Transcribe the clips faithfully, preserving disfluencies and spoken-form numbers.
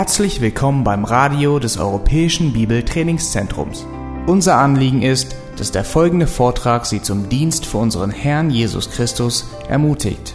Herzlich willkommen beim Radio des Europäischen Bibeltrainingszentrums. Unser Anliegen ist, dass der folgende Vortrag Sie zum Dienst für unseren Herrn Jesus Christus ermutigt.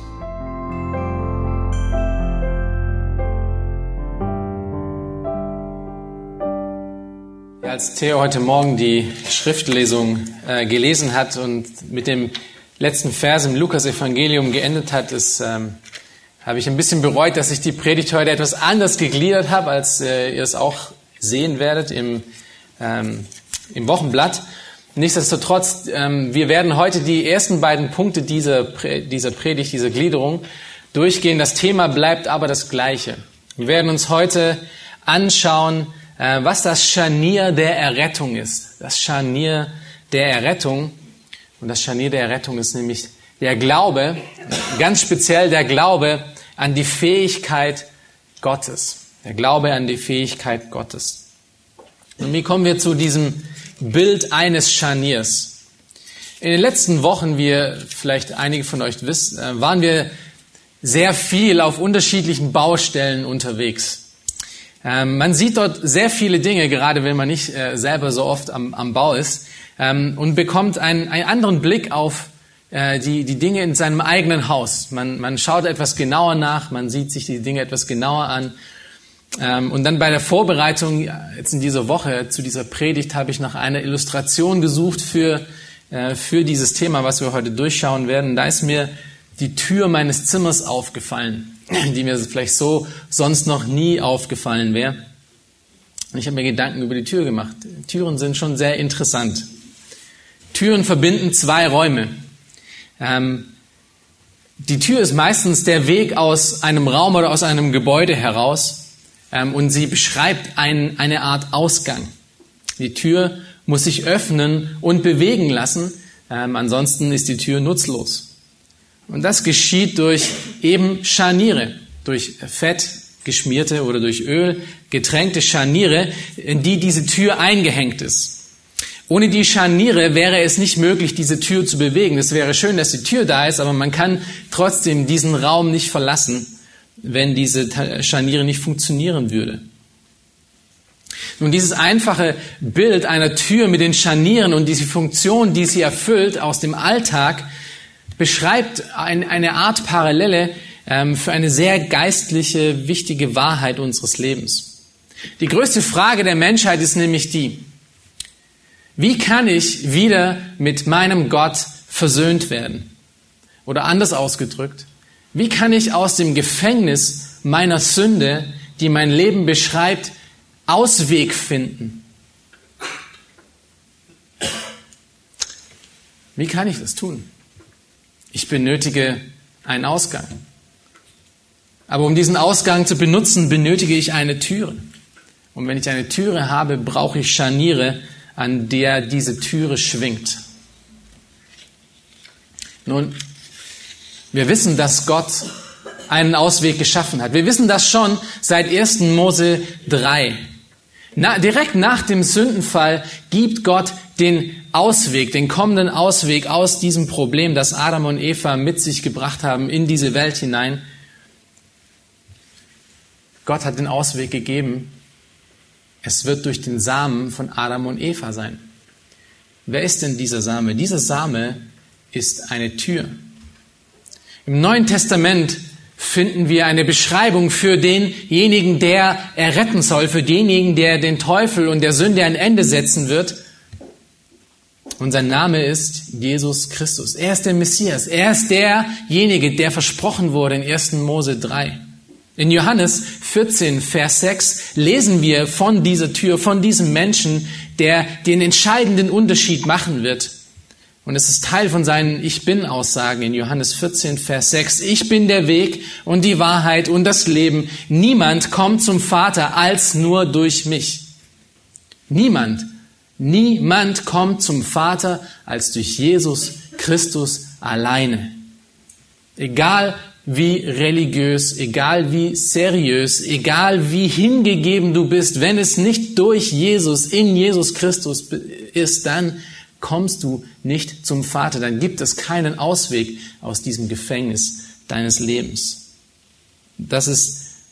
Als Theo heute Morgen die Schriftlesung äh, gelesen hat und mit dem letzten Vers im Lukas-Evangelium geendet hat, ist, ähm, habe ich ein bisschen bereut, dass ich die Predigt heute etwas anders gegliedert habe, als äh, ihr es auch sehen werdet im, ähm, im Wochenblatt. Nichtsdestotrotz, ähm, wir werden heute die ersten beiden Punkte dieser, Pre- dieser Predigt, dieser Gliederung durchgehen. Das Thema bleibt aber das gleiche. Wir werden uns heute anschauen, äh, was das Scharnier der Errettung ist. Das Scharnier der Errettung. Und das Scharnier der Errettung ist nämlich der Glaube, ganz speziell der Glaube an die Fähigkeit Gottes. Der Glaube an die Fähigkeit Gottes. Und wie kommen wir zu diesem Bild eines Scharniers? In den letzten Wochen, wie vielleicht einige von euch wissen, waren wir sehr viel auf unterschiedlichen Baustellen unterwegs. Man sieht dort sehr viele Dinge, gerade wenn man nicht selber so oft am, am Bau ist, und bekommt einen, einen anderen Blick auf Die, die Dinge in seinem eigenen Haus. Man, man schaut etwas genauer nach, man sieht sich die Dinge etwas genauer an. Ähm, und dann bei der Vorbereitung, jetzt in dieser Woche zu dieser Predigt, habe ich nach einer Illustration gesucht für, äh, für dieses Thema, was wir heute durchschauen werden. Da ist mir die Tür meines Zimmers aufgefallen, die mir vielleicht so sonst noch nie aufgefallen wäre. Und ich habe mir Gedanken über die Tür gemacht. Türen sind schon sehr interessant. Türen verbinden zwei Räume. Ähm, die Tür ist meistens der Weg aus einem Raum oder aus einem Gebäude heraus, ähm, und sie beschreibt ein, eine Art Ausgang. Die Tür muss sich öffnen und bewegen lassen, ähm, ansonsten ist die Tür nutzlos. Und das geschieht durch eben Scharniere, durch Fett geschmierte oder durch Öl getränkte Scharniere, in die diese Tür eingehängt ist. Ohne die Scharniere wäre es nicht möglich, diese Tür zu bewegen. Es wäre schön, dass die Tür da ist, aber man kann trotzdem diesen Raum nicht verlassen, wenn diese Scharniere nicht funktionieren würde. Nun, dieses einfache Bild einer Tür mit den Scharnieren und diese Funktion, die sie erfüllt aus dem Alltag, beschreibt ein, eine Art Parallele ähm, für eine sehr geistliche, wichtige Wahrheit unseres Lebens. Die größte Frage der Menschheit ist nämlich die: Wie kann ich wieder mit meinem Gott versöhnt werden? Oder anders ausgedrückt, wie kann ich aus dem Gefängnis meiner Sünde, die mein Leben beschreibt, Ausweg finden? Wie kann ich das tun? Ich benötige einen Ausgang. Aber um diesen Ausgang zu benutzen, benötige ich eine Türe. Und wenn ich eine Türe habe, brauche ich Scharniere, an der diese Türe schwingt. Nun, wir wissen, dass Gott einen Ausweg geschaffen hat. Wir wissen das schon seit ersten Mose drei. Na, direkt nach dem Sündenfall gibt Gott den Ausweg, den kommenden Ausweg aus diesem Problem, das Adam und Eva mit sich gebracht haben, in diese Welt hinein. Gott hat den Ausweg gegeben. Es wird durch den Samen von Adam und Eva sein. Wer ist denn dieser Same? Dieser Same ist eine Tür. Im Neuen Testament finden wir eine Beschreibung für denjenigen, der erretten soll, für denjenigen, der den Teufel und der Sünde ein Ende setzen wird. Und sein Name ist Jesus Christus. Er ist der Messias. Er ist derjenige, der versprochen wurde in ersten Mose drei. In Johannes vierzehn, Vers sechs lesen wir von dieser Tür, von diesem Menschen, der den entscheidenden Unterschied machen wird. Und es ist Teil von seinen Ich-Bin-Aussagen in Johannes vierzehn, Vers sechs. Ich bin der Weg und die Wahrheit und das Leben. Niemand kommt zum Vater als nur durch mich. Niemand, niemand kommt zum Vater als durch Jesus Christus alleine. Egal wie religiös, egal wie seriös, egal wie hingegeben du bist, wenn es nicht durch Jesus, in Jesus Christus ist, dann kommst du nicht zum Vater. Dann gibt es keinen Ausweg aus diesem Gefängnis deines Lebens. Das ist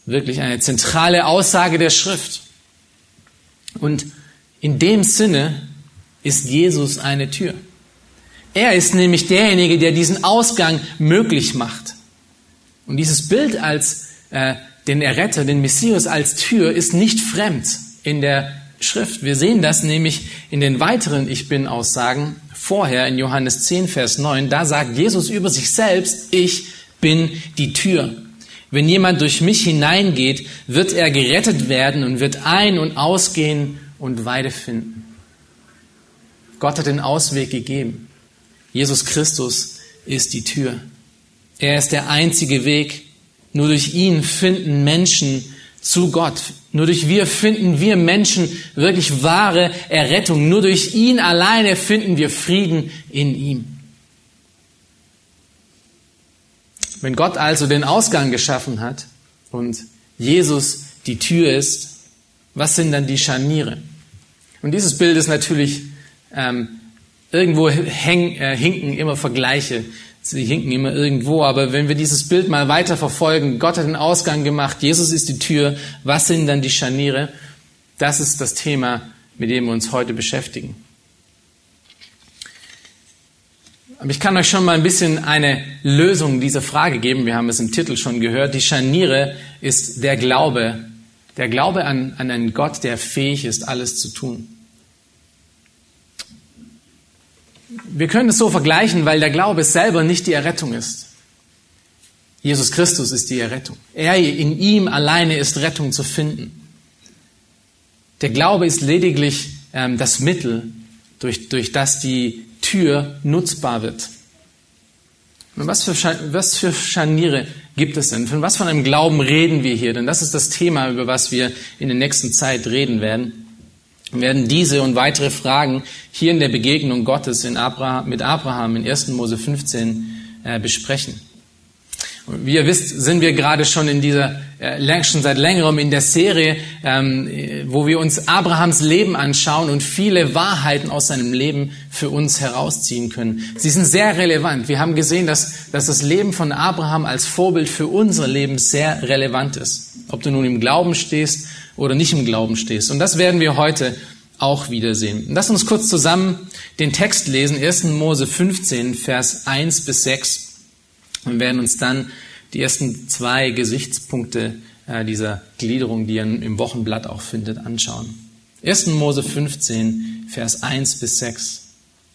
wirklich eine zentrale Aussage der Schrift. Und in dem Sinne ist Jesus eine Tür. Er ist nämlich derjenige, der diesen Ausgang möglich macht. Und dieses Bild als äh, den Erretter, den Messias als Tür, ist nicht fremd in der Schrift. Wir sehen das nämlich in den weiteren Ich Bin-Aussagen vorher in Johannes zehn, Vers neun. Da sagt Jesus über sich selbst, ich bin die Tür. Wenn jemand durch mich hineingeht, wird er gerettet werden und wird ein- und ausgehen und Weide finden. Gott hat den Ausweg gegeben. Jesus Christus ist die Tür. Er ist der einzige Weg. Nur durch ihn finden Menschen zu Gott. Nur durch wir finden wir Menschen wirklich wahre Errettung. Nur durch ihn alleine finden wir Frieden in ihm. Wenn Gott also den Ausgang geschaffen hat und Jesus die Tür ist, was sind dann die Scharniere? Und dieses Bild ist natürlich ähm, irgendwo häng, äh, hinken immer Vergleiche. Sie hinken immer irgendwo, aber wenn wir dieses Bild mal weiter verfolgen, Gott hat den Ausgang gemacht, Jesus ist die Tür, was sind dann die Scharniere? Das ist das Thema, mit dem wir uns heute beschäftigen. Aber ich kann euch schon mal ein bisschen eine Lösung dieser Frage geben. Wir haben es im Titel schon gehört. Die Scharniere ist der Glaube. Der Glaube an, an einen Gott, der fähig ist, alles zu tun. Wir können es so vergleichen, weil der Glaube selber nicht die Errettung ist. Jesus Christus ist die Errettung. Er, in ihm alleine ist Rettung zu finden. Der Glaube ist lediglich ähm, das Mittel, durch, durch das die Tür nutzbar wird. Und was für, was für Scharniere gibt es denn? Von was von einem Glauben reden wir hier? Denn das ist das Thema, über was wir in der nächsten Zeit reden werden. Wir werden diese und weitere Fragen hier in der Begegnung Gottes in Abraham, mit Abraham in ersten Mose fünfzehn äh, besprechen. Und wie ihr wisst, sind wir gerade schon in dieser, äh, schon seit längerem in der Serie, ähm, wo wir uns Abrahams Leben anschauen und viele Wahrheiten aus seinem Leben für uns herausziehen können. Sie sind sehr relevant. Wir haben gesehen, dass, dass das Leben von Abraham als Vorbild für unser Leben sehr relevant ist. Ob du nun im Glauben stehst oder nicht im Glauben stehst. Und das werden wir heute auch wiedersehen. Lass uns kurz zusammen den Text lesen, ersten Mose fünfzehn, Vers eins bis sechs. Und werden uns dann die ersten zwei Gesichtspunkte äh, dieser Gliederung, die ihr im Wochenblatt auch findet, anschauen. ersten Mose fünfzehn, Vers eins bis sechs.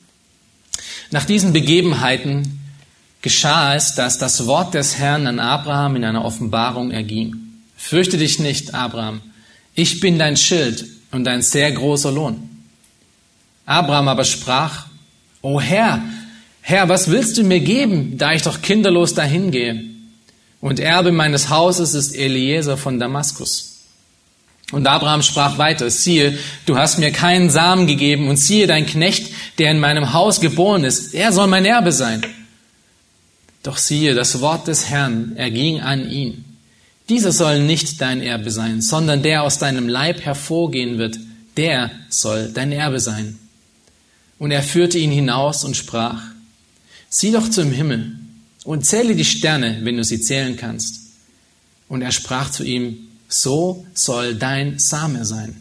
Nach diesen Begebenheiten geschah es, dass das Wort des Herrn an Abraham in einer Offenbarung erging. Fürchte dich nicht, Abraham. Ich bin dein Schild und ein sehr großer Lohn. Abraham aber sprach, O Herr, Herr, was willst du mir geben, da ich doch kinderlos dahingehe? Und Erbe meines Hauses ist Eliezer von Damaskus. Und Abraham sprach weiter, siehe, du hast mir keinen Samen gegeben, und siehe, dein Knecht, der in meinem Haus geboren ist, er soll mein Erbe sein. Doch siehe, das Wort des Herrn erging an ihn. Dieser soll nicht dein Erbe sein, sondern der aus deinem Leib hervorgehen wird, der soll dein Erbe sein. Und er führte ihn hinaus und sprach, sieh doch zum Himmel und zähle die Sterne, wenn du sie zählen kannst. Und er sprach zu ihm, so soll dein Same sein.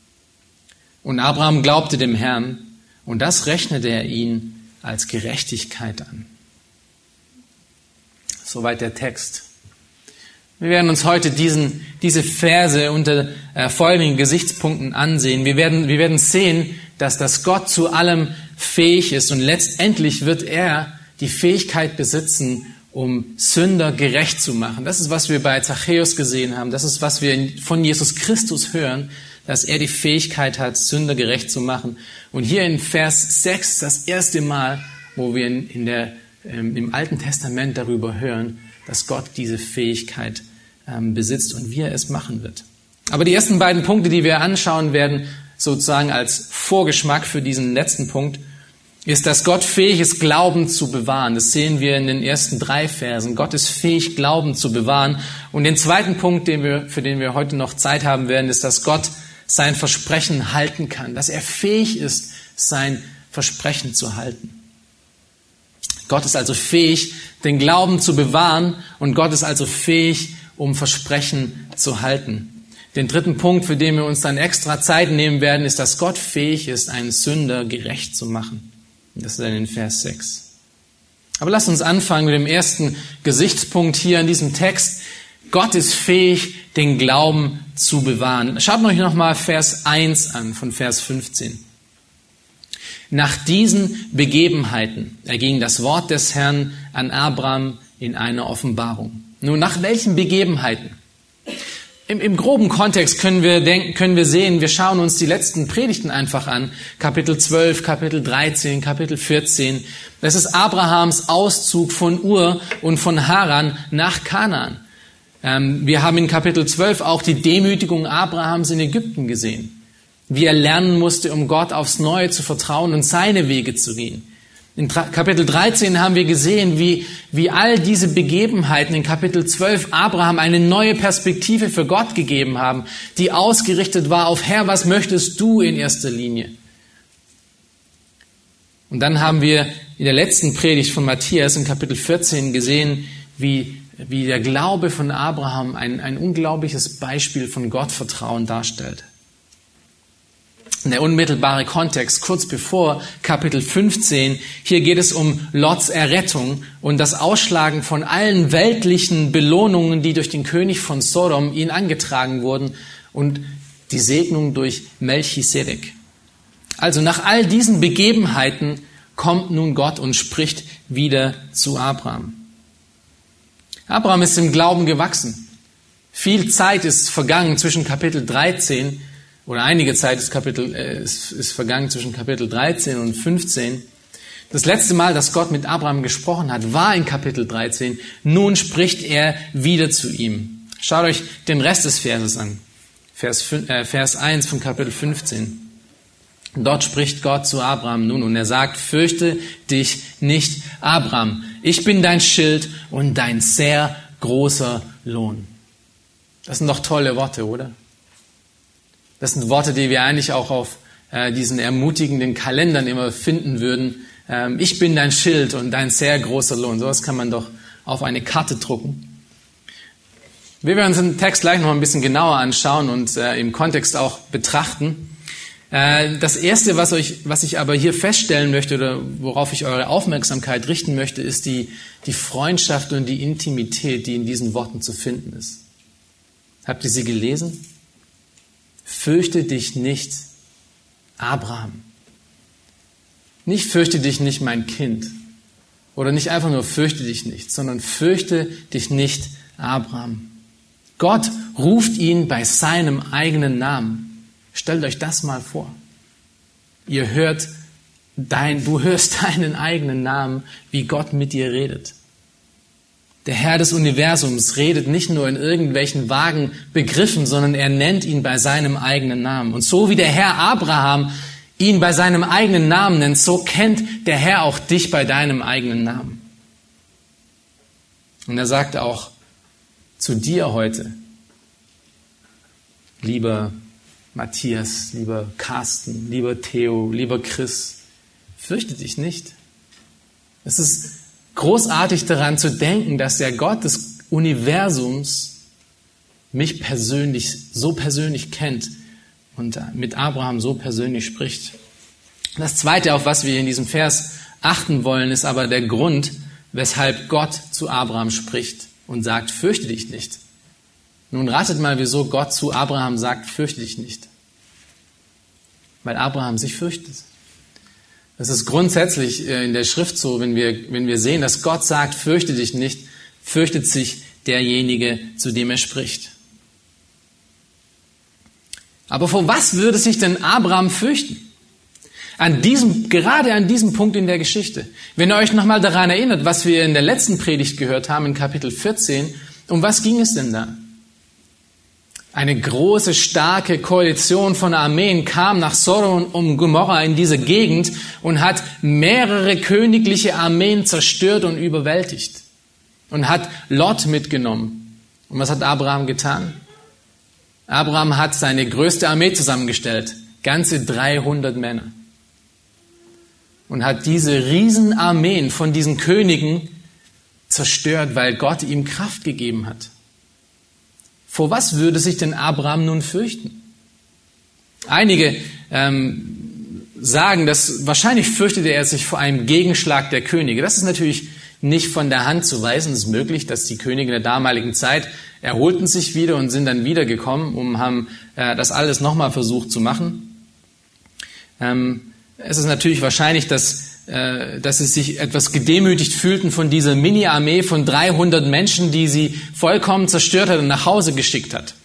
Und Abraham glaubte dem Herrn, und das rechnete er ihn als Gerechtigkeit an. Soweit der Text. Wir werden uns heute diesen, diese Verse unter äh, folgenden Gesichtspunkten ansehen. Wir werden, wir werden sehen, dass das Gott zu allem fähig ist und letztendlich wird er die Fähigkeit besitzen, um Sünder gerecht zu machen. Das ist, was wir bei Zachäus gesehen haben. Das ist, was wir von Jesus Christus hören, dass er die Fähigkeit hat, Sünder gerecht zu machen. Und hier in Vers sechs das erste Mal, wo wir in, in der, ähm, im Alten Testament darüber hören, dass Gott diese Fähigkeit ähm, besitzt und wie er es machen wird. Aber die ersten beiden Punkte, die wir anschauen werden, sozusagen als Vorgeschmack für diesen letzten Punkt, ist, dass Gott fähig ist, Glauben zu bewahren. Das sehen wir in den ersten drei Versen. Gott ist fähig, Glauben zu bewahren. Und den zweiten Punkt, den wir, für den wir heute noch Zeit haben werden, ist, dass Gott sein Versprechen halten kann, dass er fähig ist, sein Versprechen zu halten. Gott ist also fähig, den Glauben zu bewahren und Gott ist also fähig, um Versprechen zu halten. Den dritten Punkt, für den wir uns dann extra Zeit nehmen werden, ist, dass Gott fähig ist, einen Sünder gerecht zu machen. Und das ist dann in Vers sechs. Aber lasst uns anfangen mit dem ersten Gesichtspunkt hier in diesem Text. Gott ist fähig, den Glauben zu bewahren. Schaut euch nochmal Vers eins an, von Vers fünfzehn. Nach diesen Begebenheiten erging das Wort des Herrn an Abraham in einer Offenbarung. Nun, nach welchen Begebenheiten? Im, im groben Kontext können wir denken, können wir sehen, wir schauen uns die letzten Predigten einfach an. Kapitel zwölf, Kapitel dreizehn, Kapitel vierzehn. Das ist Abrahams Auszug von Ur und von Haran nach Kanaan. Ähm, wir haben in Kapitel zwölf auch die Demütigung Abrahams in Ägypten gesehen. Wie er lernen musste, um Gott aufs Neue zu vertrauen und seine Wege zu gehen. In Kapitel dreizehn haben wir gesehen, wie, wie all diese Begebenheiten in Kapitel zwölf Abraham eine neue Perspektive für Gott gegeben haben, die ausgerichtet war auf, Herr, was möchtest du in erster Linie? Und dann haben wir in der letzten Predigt von Matthias in Kapitel vierzehn gesehen, wie, wie der Glaube von Abraham ein, ein unglaubliches Beispiel von Gottvertrauen darstellt. Der unmittelbare Kontext, kurz bevor Kapitel fünfzehn, hier geht es um Lots Errettung und das Ausschlagen von allen weltlichen Belohnungen, die durch den König von Sodom ihn angetragen wurden und die Segnung durch Melchisedek. Also nach all diesen Begebenheiten kommt nun Gott und spricht wieder zu Abraham. Abraham ist im Glauben gewachsen. Viel Zeit ist vergangen zwischen Kapitel dreizehn Oder einige Zeit ist, Kapitel, äh, ist, ist vergangen zwischen Kapitel dreizehn und fünfzehn. Das letzte Mal, dass Gott mit Abraham gesprochen hat, war in Kapitel dreizehn. Nun spricht er wieder zu ihm. Schaut euch den Rest des Verses an. Vers, äh, Vers eins von Kapitel fünfzehn. Dort spricht Gott zu Abraham nun und er sagt, fürchte dich nicht, Abraham. Ich bin dein Schild und dein sehr großer Lohn. Das sind doch tolle Worte, oder? Das sind Worte, die wir eigentlich auch auf äh, diesen ermutigenden Kalendern immer finden würden. Ähm, ich bin dein Schild und dein sehr großer Lohn. Sowas kann man doch auf eine Karte drucken. Wir werden uns den Text gleich noch ein bisschen genauer anschauen und äh, im Kontext auch betrachten. Äh, das Erste, was, euch, was ich aber hier feststellen möchte oder worauf ich eure Aufmerksamkeit richten möchte, ist die, die Freundschaft und die Intimität, die in diesen Worten zu finden ist. Habt ihr sie gelesen? Fürchte dich nicht, Abraham. Nicht fürchte dich nicht, mein Kind. Oder nicht einfach nur fürchte dich nicht, sondern fürchte dich nicht, Abraham. Gott ruft ihn bei seinem eigenen Namen. Stellt euch das mal vor. Ihr hört dein, du hörst deinen eigenen Namen, wie Gott mit dir redet. Der Herr des Universums redet nicht nur in irgendwelchen vagen Begriffen, sondern er nennt ihn bei seinem eigenen Namen. Und so wie der Herr Abraham ihn bei seinem eigenen Namen nennt, so kennt der Herr auch dich bei deinem eigenen Namen. Und er sagt auch zu dir heute, lieber Matthias, lieber Carsten, lieber Theo, lieber Chris, fürchte dich nicht. Es ist großartig daran zu denken, dass der Gott des Universums mich persönlich, so persönlich kennt und mit Abraham so persönlich spricht. Das Zweite, auf was wir in diesem Vers achten wollen, ist aber der Grund, weshalb Gott zu Abraham spricht und sagt, fürchte dich nicht. Nun ratet mal, wieso Gott zu Abraham sagt, fürchte dich nicht. Weil Abraham sich fürchtet. Das ist grundsätzlich in der Schrift so, wenn wir, wenn wir sehen, dass Gott sagt, fürchte dich nicht, fürchtet sich derjenige, zu dem er spricht. Aber vor was würde sich denn Abraham fürchten? An diesem, gerade an diesem Punkt in der Geschichte. Wenn ihr euch nochmal daran erinnert, was wir in der letzten Predigt gehört haben, in Kapitel vierzehn, um was ging es denn da? Eine große, starke Koalition von Armeen kam nach Sodom und Gomorra in diese Gegend und hat mehrere königliche Armeen zerstört und überwältigt. Und hat Lot mitgenommen. Und was hat Abraham getan? Abraham hat seine größte Armee zusammengestellt. Ganze dreihundert Männer. Und hat diese Riesenarmeen von diesen Königen zerstört, weil Gott ihm Kraft gegeben hat. Vor was würde sich denn Abraham nun fürchten? Einige ähm, sagen, dass wahrscheinlich fürchtete er sich vor einem Gegenschlag der Könige. Das ist natürlich nicht von der Hand zu weisen. Es ist möglich, dass die Könige der damaligen Zeit erholten sich wieder und sind dann wiedergekommen und haben äh, das alles nochmal versucht zu machen. Ähm, es ist natürlich wahrscheinlich, dass, äh, dass sie sich etwas gedemütigt fühlten von dieser Mini-Armee von dreihundert Menschen, die sie vollkommen zerstört hat und nach Hause geschickt hat.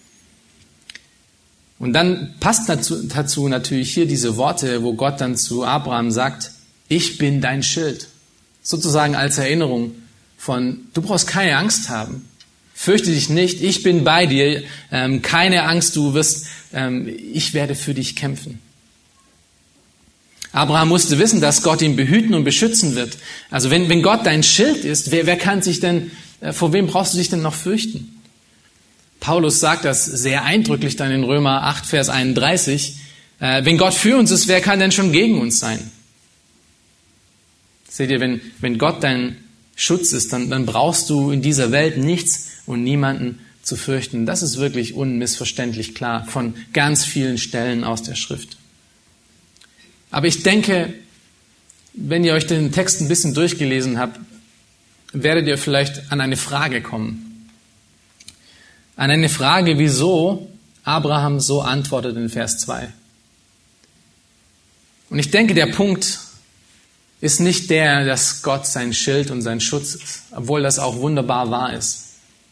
Und dann passt dazu, dazu natürlich hier diese Worte, wo Gott dann zu Abraham sagt, ich bin dein Schild. Sozusagen als Erinnerung von, du brauchst keine Angst haben. Fürchte dich nicht, ich bin bei dir. Ähm, keine Angst, du wirst, ähm, ich werde für dich kämpfen. Abraham musste wissen, dass Gott ihn behüten und beschützen wird. Also wenn, wenn Gott dein Schild ist, wer, wer kann sich denn, äh, vor wem brauchst du dich denn noch fürchten? Paulus sagt das sehr eindrücklich dann in Römer acht, Vers einunddreißig. Äh, wenn Gott für uns ist, wer kann denn schon gegen uns sein? Seht ihr, wenn, wenn Gott dein Schutz ist, dann, dann brauchst du in dieser Welt nichts und niemanden zu fürchten. Das ist wirklich unmissverständlich klar von ganz vielen Stellen aus der Schrift. Aber ich denke, wenn ihr euch den Text ein bisschen durchgelesen habt, werdet ihr vielleicht an eine Frage kommen. An eine Frage, wieso Abraham so antwortet in Vers zwei. Und ich denke, der Punkt ist nicht der, dass Gott sein Schild und sein Schutz ist, obwohl das auch wunderbar wahr ist.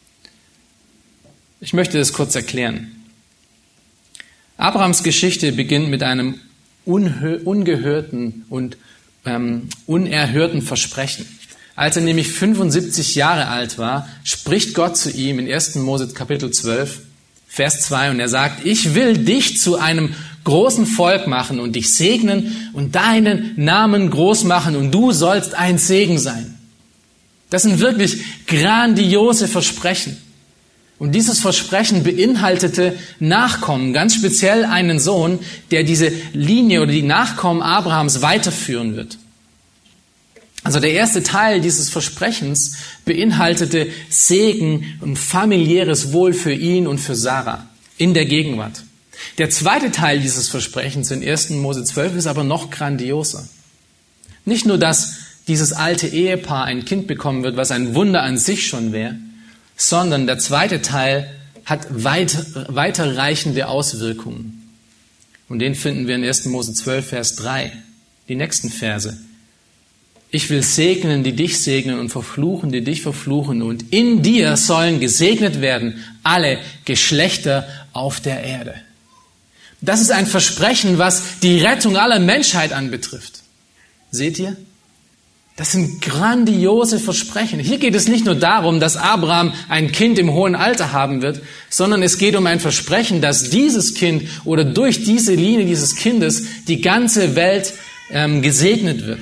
Ich möchte das kurz erklären. Abrahams Geschichte beginnt mit einem ungehörten und ähm, unerhörten Versprechen. Als er nämlich fünfundsiebzig Jahre alt war, spricht Gott zu ihm in ersten Mose Kapitel zwölf, Vers zwei, und er sagt, ich will dich zu einem großen Volk machen und dich segnen und deinen Namen groß machen und du sollst ein Segen sein. Das sind wirklich grandiose Versprechen. Und dieses Versprechen beinhaltete Nachkommen, ganz speziell einen Sohn, der diese Linie oder die Nachkommen Abrahams weiterführen wird. Also der erste Teil dieses Versprechens beinhaltete Segen und familiäres Wohl für ihn und für Sarah in der Gegenwart. Der zweite Teil dieses Versprechens in ersten Mose zwölf ist aber noch grandioser. Nicht nur, dass dieses alte Ehepaar ein Kind bekommen wird, was ein Wunder an sich schon wäre, sondern der zweite Teil hat weit, weiterreichende Auswirkungen. Und den finden wir in ersten Mose zwölf, Vers drei, die nächsten Verse. Ich will segnen, die dich segnen und verfluchen, die dich verfluchen. Und in dir sollen gesegnet werden alle Geschlechter auf der Erde. Das ist ein Versprechen, was die Rettung aller Menschheit anbetrifft. Seht ihr? Das sind grandiose Versprechen. Hier geht es nicht nur darum, dass Abraham ein Kind im hohen Alter haben wird, sondern es geht um ein Versprechen, dass dieses Kind oder durch diese Linie dieses Kindes die ganze Welt ähm, gesegnet wird.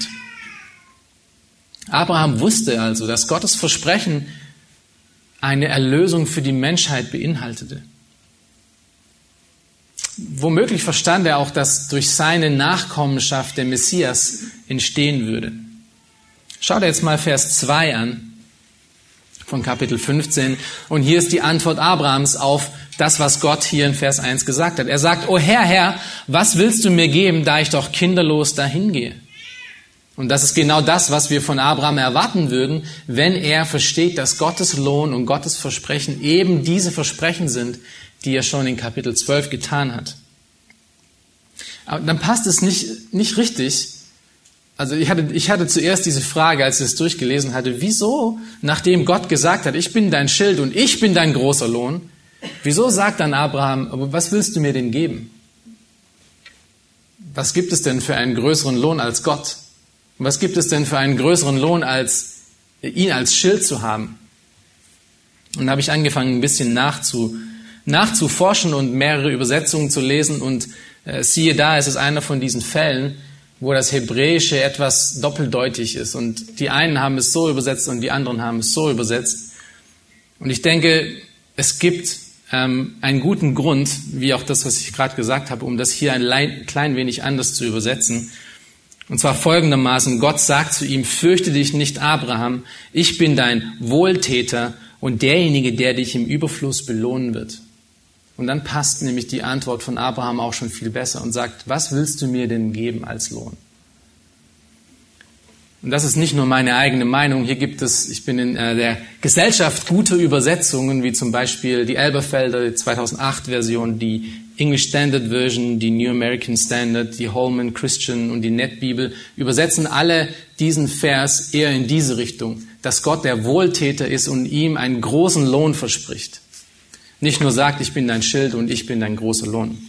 Abraham wusste also, dass Gottes Versprechen eine Erlösung für die Menschheit beinhaltete. Womöglich verstand er auch, dass durch seine Nachkommenschaft der Messias entstehen würde. Schaut jetzt mal Vers zwei an von Kapitel fünfzehn. Und hier ist die Antwort Abrahams auf das, was Gott hier in Vers eins gesagt hat. Er sagt, O Herr, Herr, was willst du mir geben, da ich doch kinderlos dahin gehe? Und das ist genau das, was wir von Abraham erwarten würden, wenn er versteht, dass Gottes Lohn und Gottes Versprechen eben diese Versprechen sind, die er schon in Kapitel zwölf getan hat. Aber dann passt es nicht, nicht richtig. Also ich hatte, ich hatte zuerst diese Frage, als ich es durchgelesen hatte, wieso, nachdem Gott gesagt hat, ich bin dein Schild und ich bin dein großer Lohn, wieso sagt dann Abraham, aber was willst du mir denn geben? Was gibt es denn für einen größeren Lohn als Gott? Und was gibt es denn für einen größeren Lohn, als ihn als Schild zu haben? Und da habe ich angefangen, ein bisschen nachzu, nachzuforschen und mehrere Übersetzungen zu lesen. Und äh, siehe da, es ist einer von diesen Fällen, wo das Hebräische etwas doppeldeutig ist. Und die einen haben es so übersetzt und die anderen haben es so übersetzt. Und ich denke, es gibt ähm, einen guten Grund, wie auch das, was ich gerade gesagt habe, um das hier ein klein wenig anders zu übersetzen. Und zwar folgendermaßen, Gott sagt zu ihm, fürchte dich nicht, Abraham, ich bin dein Wohltäter und derjenige, der dich im Überfluss belohnen wird. Und dann passt nämlich die Antwort von Abraham auch schon viel besser und sagt, was willst du mir denn geben als Lohn? Und das ist nicht nur meine eigene Meinung. Hier gibt es, ich bin in äh, der Gesellschaft guter Übersetzungen, wie zum Beispiel die Elberfelder, die zweitausendacht Version, die English Standard Version, die New American Standard, die Holman Christian und die Netbibel, übersetzen alle diesen Vers eher in diese Richtung, dass Gott der Wohltäter ist und ihm einen großen Lohn verspricht. Nicht nur sagt, ich bin dein Schild und ich bin dein großer Lohn.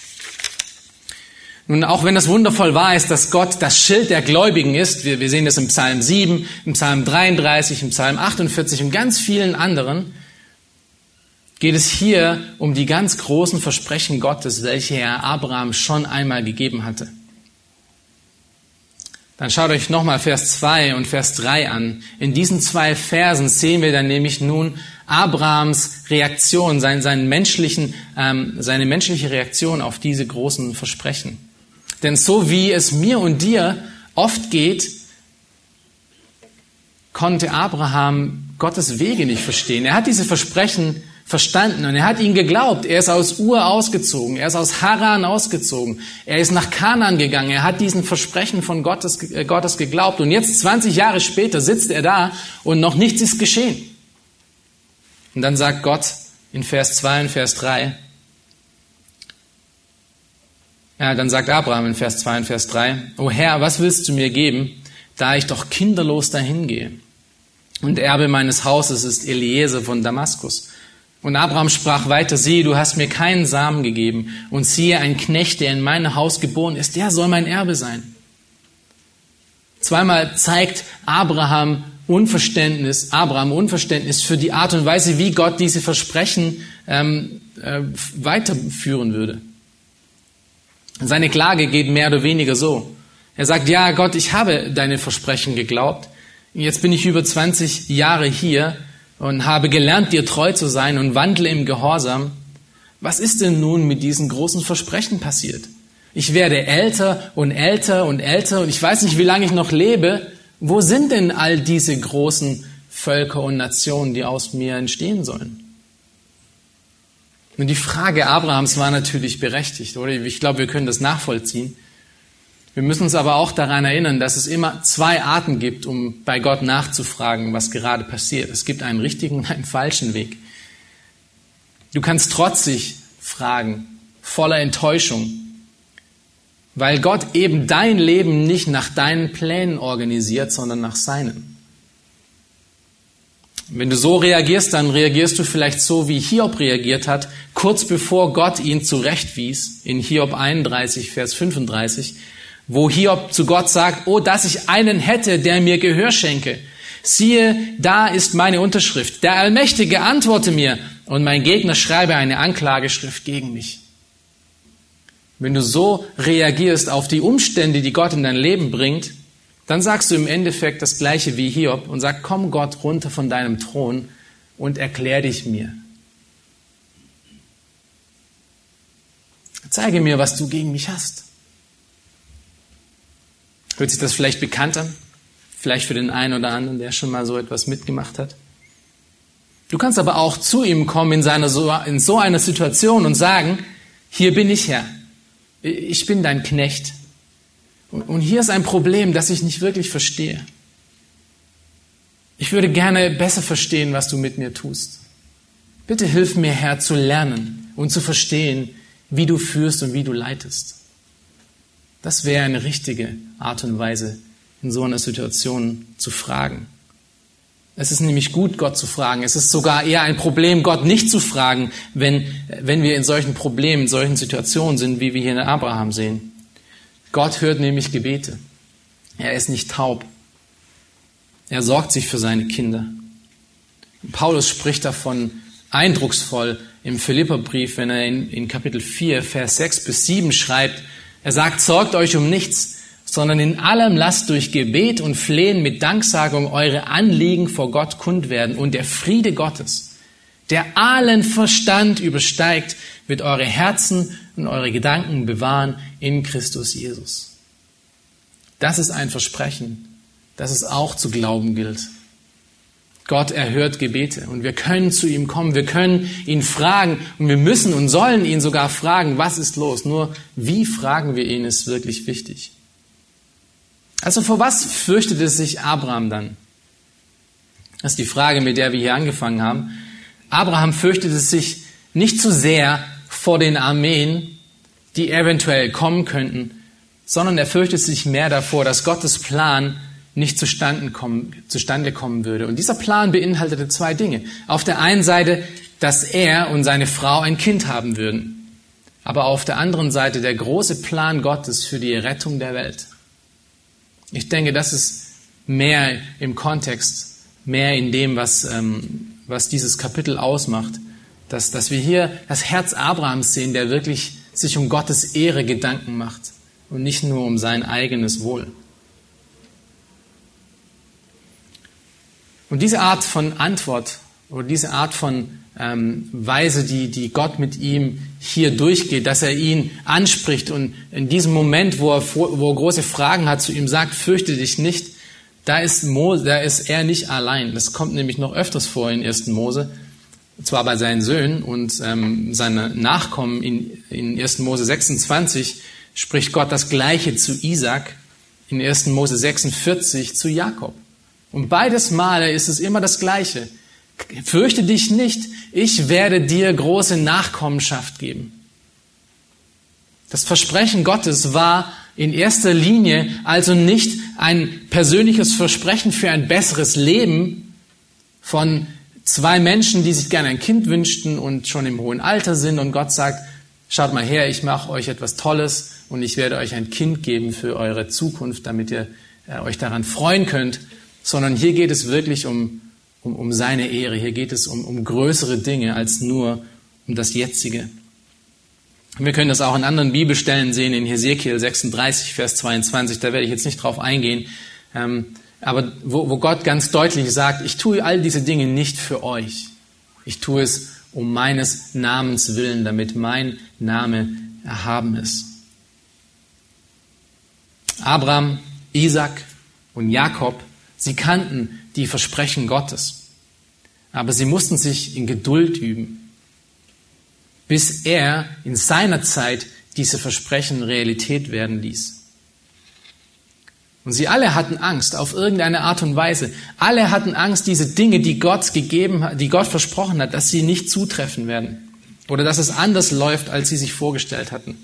Nun, auch wenn das wundervoll wahr ist, dass Gott das Schild der Gläubigen ist, wir, wir sehen das im Psalm sieben, im Psalm dreiunddreißig, im Psalm achtundvierzig und ganz vielen anderen, geht es hier um die ganz großen Versprechen Gottes, welche er Abraham schon einmal gegeben hatte. Dann schaut euch nochmal Vers zwei und Vers drei an. In diesen zwei Versen sehen wir dann nämlich nun Abrahams Reaktion, seinen, seinen menschlichen, ähm, seine menschliche Reaktion auf diese großen Versprechen. Denn so wie es mir und dir oft geht, konnte Abraham Gottes Wege nicht verstehen. Er hat diese Versprechen verstanden und er hat ihnen geglaubt. Er ist aus Ur ausgezogen, er ist aus Haran ausgezogen, er ist nach Kanaan gegangen, er hat diesen Versprechen von Gottes, äh, Gottes geglaubt. Und jetzt, zwanzig Jahre später, sitzt er da und noch nichts ist geschehen. Und dann sagt Gott in Vers zwei und Vers drei, ja, dann sagt Abraham in Vers zwei und Vers drei, O Herr, was willst du mir geben, da ich doch kinderlos dahingehe? Und Erbe meines Hauses ist Eliezer von Damaskus. Und Abraham sprach weiter, siehe, du hast mir keinen Samen gegeben, und siehe, ein Knecht, der in meinem Haus geboren ist, der soll mein Erbe sein. Zweimal zeigt Abraham Unverständnis, Abraham Unverständnis für die Art und Weise, wie Gott diese Versprechen ähm, äh, weiterführen würde. Seine Klage geht mehr oder weniger so. Er sagt, ja Gott, ich habe deine Versprechen geglaubt. Jetzt bin ich über zwanzig Jahre hier und habe gelernt, dir treu zu sein und wandle im Gehorsam. Was ist denn nun mit diesen großen Versprechen passiert? Ich werde älter und älter und älter und ich weiß nicht, wie lange ich noch lebe. Wo sind denn all diese großen Völker und Nationen, die aus mir entstehen sollen? Und die Frage Abrahams war natürlich berechtigt, oder? Ich glaube, wir können das nachvollziehen. Wir müssen uns aber auch daran erinnern, dass es immer zwei Arten gibt, um bei Gott nachzufragen, was gerade passiert. Es gibt einen richtigen und einen falschen Weg. Du kannst trotzig fragen, voller Enttäuschung, weil Gott eben dein Leben nicht nach deinen Plänen organisiert, sondern nach seinen. Wenn du so reagierst, dann reagierst du vielleicht so, wie Hiob reagiert hat, kurz bevor Gott ihn zurechtwies, in Hiob einunddreißig, Vers fünfunddreißig, wo Hiob zu Gott sagt, oh, dass ich einen hätte, der mir Gehör schenke. Siehe, da ist meine Unterschrift. Der Allmächtige antworte mir und mein Gegner schreibe eine Anklageschrift gegen mich. Wenn du so reagierst auf die Umstände, die Gott in dein Leben bringt, dann sagst du im Endeffekt das Gleiche wie Hiob und sag, komm Gott runter von deinem Thron und erklär dich mir. Zeige mir, was du gegen mich hast. Hört sich das vielleicht bekannt an? Vielleicht für den einen oder anderen, der schon mal so etwas mitgemacht hat. Du kannst aber auch zu ihm kommen in, seiner, in so einer Situation und sagen, hier bin ich, Herr. Ich bin dein Knecht. Und hier ist ein Problem, das ich nicht wirklich verstehe. Ich würde gerne besser verstehen, was du mit mir tust. Bitte hilf mir, Herr, zu lernen und zu verstehen, wie du führst und wie du leitest. Das wäre eine richtige Art und Weise, in so einer Situation zu fragen. Es ist nämlich gut, Gott zu fragen. Es ist sogar eher ein Problem, Gott nicht zu fragen, wenn, wenn wir in solchen Problemen, in solchen Situationen sind, wie wir hier in Abraham sehen. Gott hört nämlich Gebete. Er ist nicht taub. Er sorgt sich für seine Kinder. Paulus spricht davon eindrucksvoll im Philipperbrief, wenn er in, in Kapitel vier, Vers sechs bis sieben schreibt. Er sagt, sorgt euch um nichts, sondern in allem lasst durch Gebet und Flehen mit Danksagung eure Anliegen vor Gott kund werden. Und der Friede Gottes, der allen Verstand übersteigt, wird eure Herzen und eure Gedanken bewahren in Christus Jesus. Das ist ein Versprechen, das es auch zu glauben gilt. Gott erhört Gebete und wir können zu ihm kommen, wir können ihn fragen und wir müssen und sollen ihn sogar fragen, was ist los? Nur wie fragen wir ihn, ist wirklich wichtig. Also vor was fürchtete sich Abraham dann? Das ist die Frage, mit der wir hier angefangen haben. Abraham fürchtete sich nicht zu sehr vor den Armeen, die eventuell kommen könnten, sondern er fürchtete sich mehr davor, dass Gottes Plan nicht zustande kommen, zustande kommen würde. Und dieser Plan beinhaltete zwei Dinge. Auf der einen Seite, dass er und seine Frau ein Kind haben würden. Aber auf der anderen Seite der große Plan Gottes für die Rettung der Welt. Ich denke, das ist mehr im Kontext, mehr in dem, was, ähm, was dieses Kapitel ausmacht. Dass, dass wir hier das Herz Abrahams sehen, der wirklich sich um Gottes Ehre Gedanken macht und nicht nur um sein eigenes Wohl. Und diese Art von Antwort oder diese Art von ähm, Weise, die, die Gott mit ihm hier durchgeht, dass er ihn anspricht und in diesem Moment, wo er, wo er große Fragen hat, zu ihm sagt, fürchte dich nicht, da ist, Mose, da ist er nicht allein. Das kommt nämlich noch öfters vor in ersten Mose, zwar bei seinen Söhnen und ähm, seine Nachkommen. In, in ersten Mose sechsundzwanzig spricht Gott das Gleiche zu Isaac, in ersten Mose sechsundvierzig zu Jakob. Und beides Male ist es immer das Gleiche. Fürchte dich nicht, ich werde dir große Nachkommenschaft geben. Das Versprechen Gottes war in erster Linie also nicht ein persönliches Versprechen für ein besseres Leben von zwei Menschen, die sich gerne ein Kind wünschten und schon im hohen Alter sind und Gott sagt, schaut mal her, ich mache euch etwas Tolles und ich werde euch ein Kind geben für eure Zukunft, damit ihr äh, euch daran freuen könnt, sondern hier geht es wirklich um, um, um seine Ehre, hier geht es um, um größere Dinge als nur um das Jetzige. Und wir können das auch in anderen Bibelstellen sehen, in Hesekiel sechsunddreißig, Vers zweiundzwanzig, da werde ich jetzt nicht drauf eingehen, ähm, aber wo, wo Gott ganz deutlich sagt, ich tue all diese Dinge nicht für euch. Ich tue es um meines Namens willen, damit mein Name erhaben ist. Abraham, Isaac und Jakob, sie kannten die Versprechen Gottes. Aber sie mussten sich in Geduld üben, bis er in seiner Zeit diese Versprechen Realität werden ließ. Und sie alle hatten Angst auf irgendeine Art und Weise. Alle hatten Angst, diese Dinge, die Gott gegeben hat, die Gott versprochen hat, dass sie nicht zutreffen werden. Oder dass es anders läuft, als sie sich vorgestellt hatten.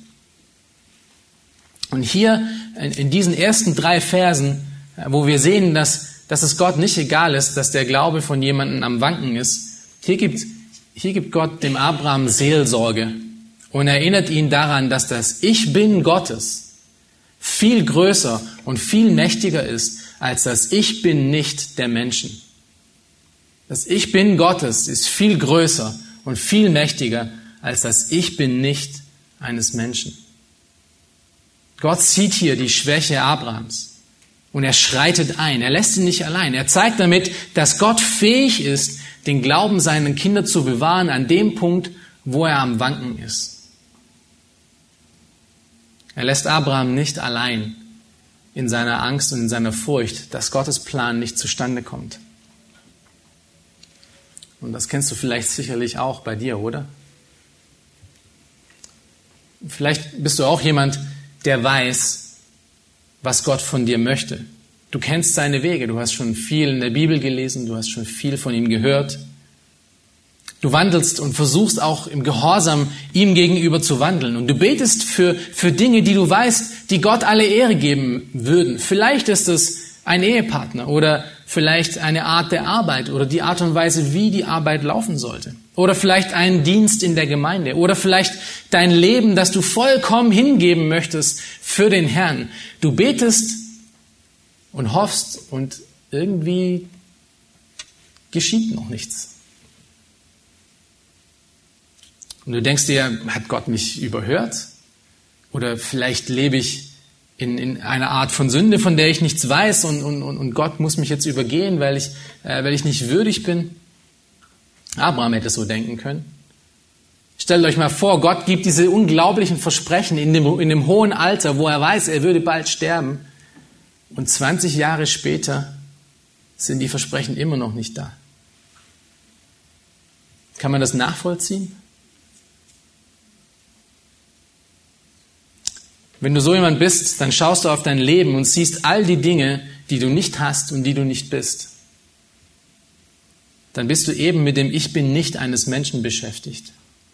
Und hier in diesen ersten drei Versen, wo wir sehen, dass, dass es Gott nicht egal ist, dass der Glaube von jemandem am Wanken ist, hier gibt, hier gibt Gott dem Abraham Seelsorge und erinnert ihn daran, dass das Ich Bin Gottes viel größer und viel mächtiger ist, als das Ich Bin nicht der Menschen. Das Ich Bin Gottes ist viel größer und viel mächtiger, als das Ich Bin nicht eines Menschen. Gott sieht hier die Schwäche Abrahams und er schreitet ein. Er lässt ihn nicht allein. Er zeigt damit, dass Gott fähig ist, den Glauben seiner Kinder zu bewahren an dem Punkt, wo er am Wanken ist. Er lässt Abraham nicht allein in seiner Angst und in seiner Furcht, dass Gottes Plan nicht zustande kommt. Und das kennst du vielleicht sicherlich auch bei dir, oder? Vielleicht bist du auch jemand, der weiß, was Gott von dir möchte. Du kennst seine Wege, du hast schon viel in der Bibel gelesen, du hast schon viel von ihm gehört. Du wandelst und versuchst auch im Gehorsam ihm gegenüber zu wandeln. Und du betest für, für Dinge, die du weißt, die Gott alle Ehre geben würden. Vielleicht ist es ein Ehepartner oder vielleicht eine Art der Arbeit oder die Art und Weise, wie die Arbeit laufen sollte. Oder vielleicht ein Dienst in der Gemeinde. Oder vielleicht dein Leben, das du vollkommen hingeben möchtest für den Herrn. Du betest und hoffst und irgendwie geschieht noch nichts. Und du denkst dir, hat Gott mich überhört? Oder vielleicht lebe ich in, in einer Art von Sünde, von der ich nichts weiß und, und, und Gott muss mich jetzt übergehen, weil ich, äh, weil ich nicht würdig bin. Abraham hätte so denken können. Stellt euch mal vor, Gott gibt diese unglaublichen Versprechen in dem, in dem hohen Alter, wo er weiß, er würde bald sterben. Und zwanzig Jahre später sind die Versprechen immer noch nicht da. Kann man das nachvollziehen? Wenn du so jemand bist, dann schaust du auf dein Leben und siehst all die Dinge, die du nicht hast und die du nicht bist. Dann bist du eben mit dem Ich bin nicht eines Menschen beschäftigt.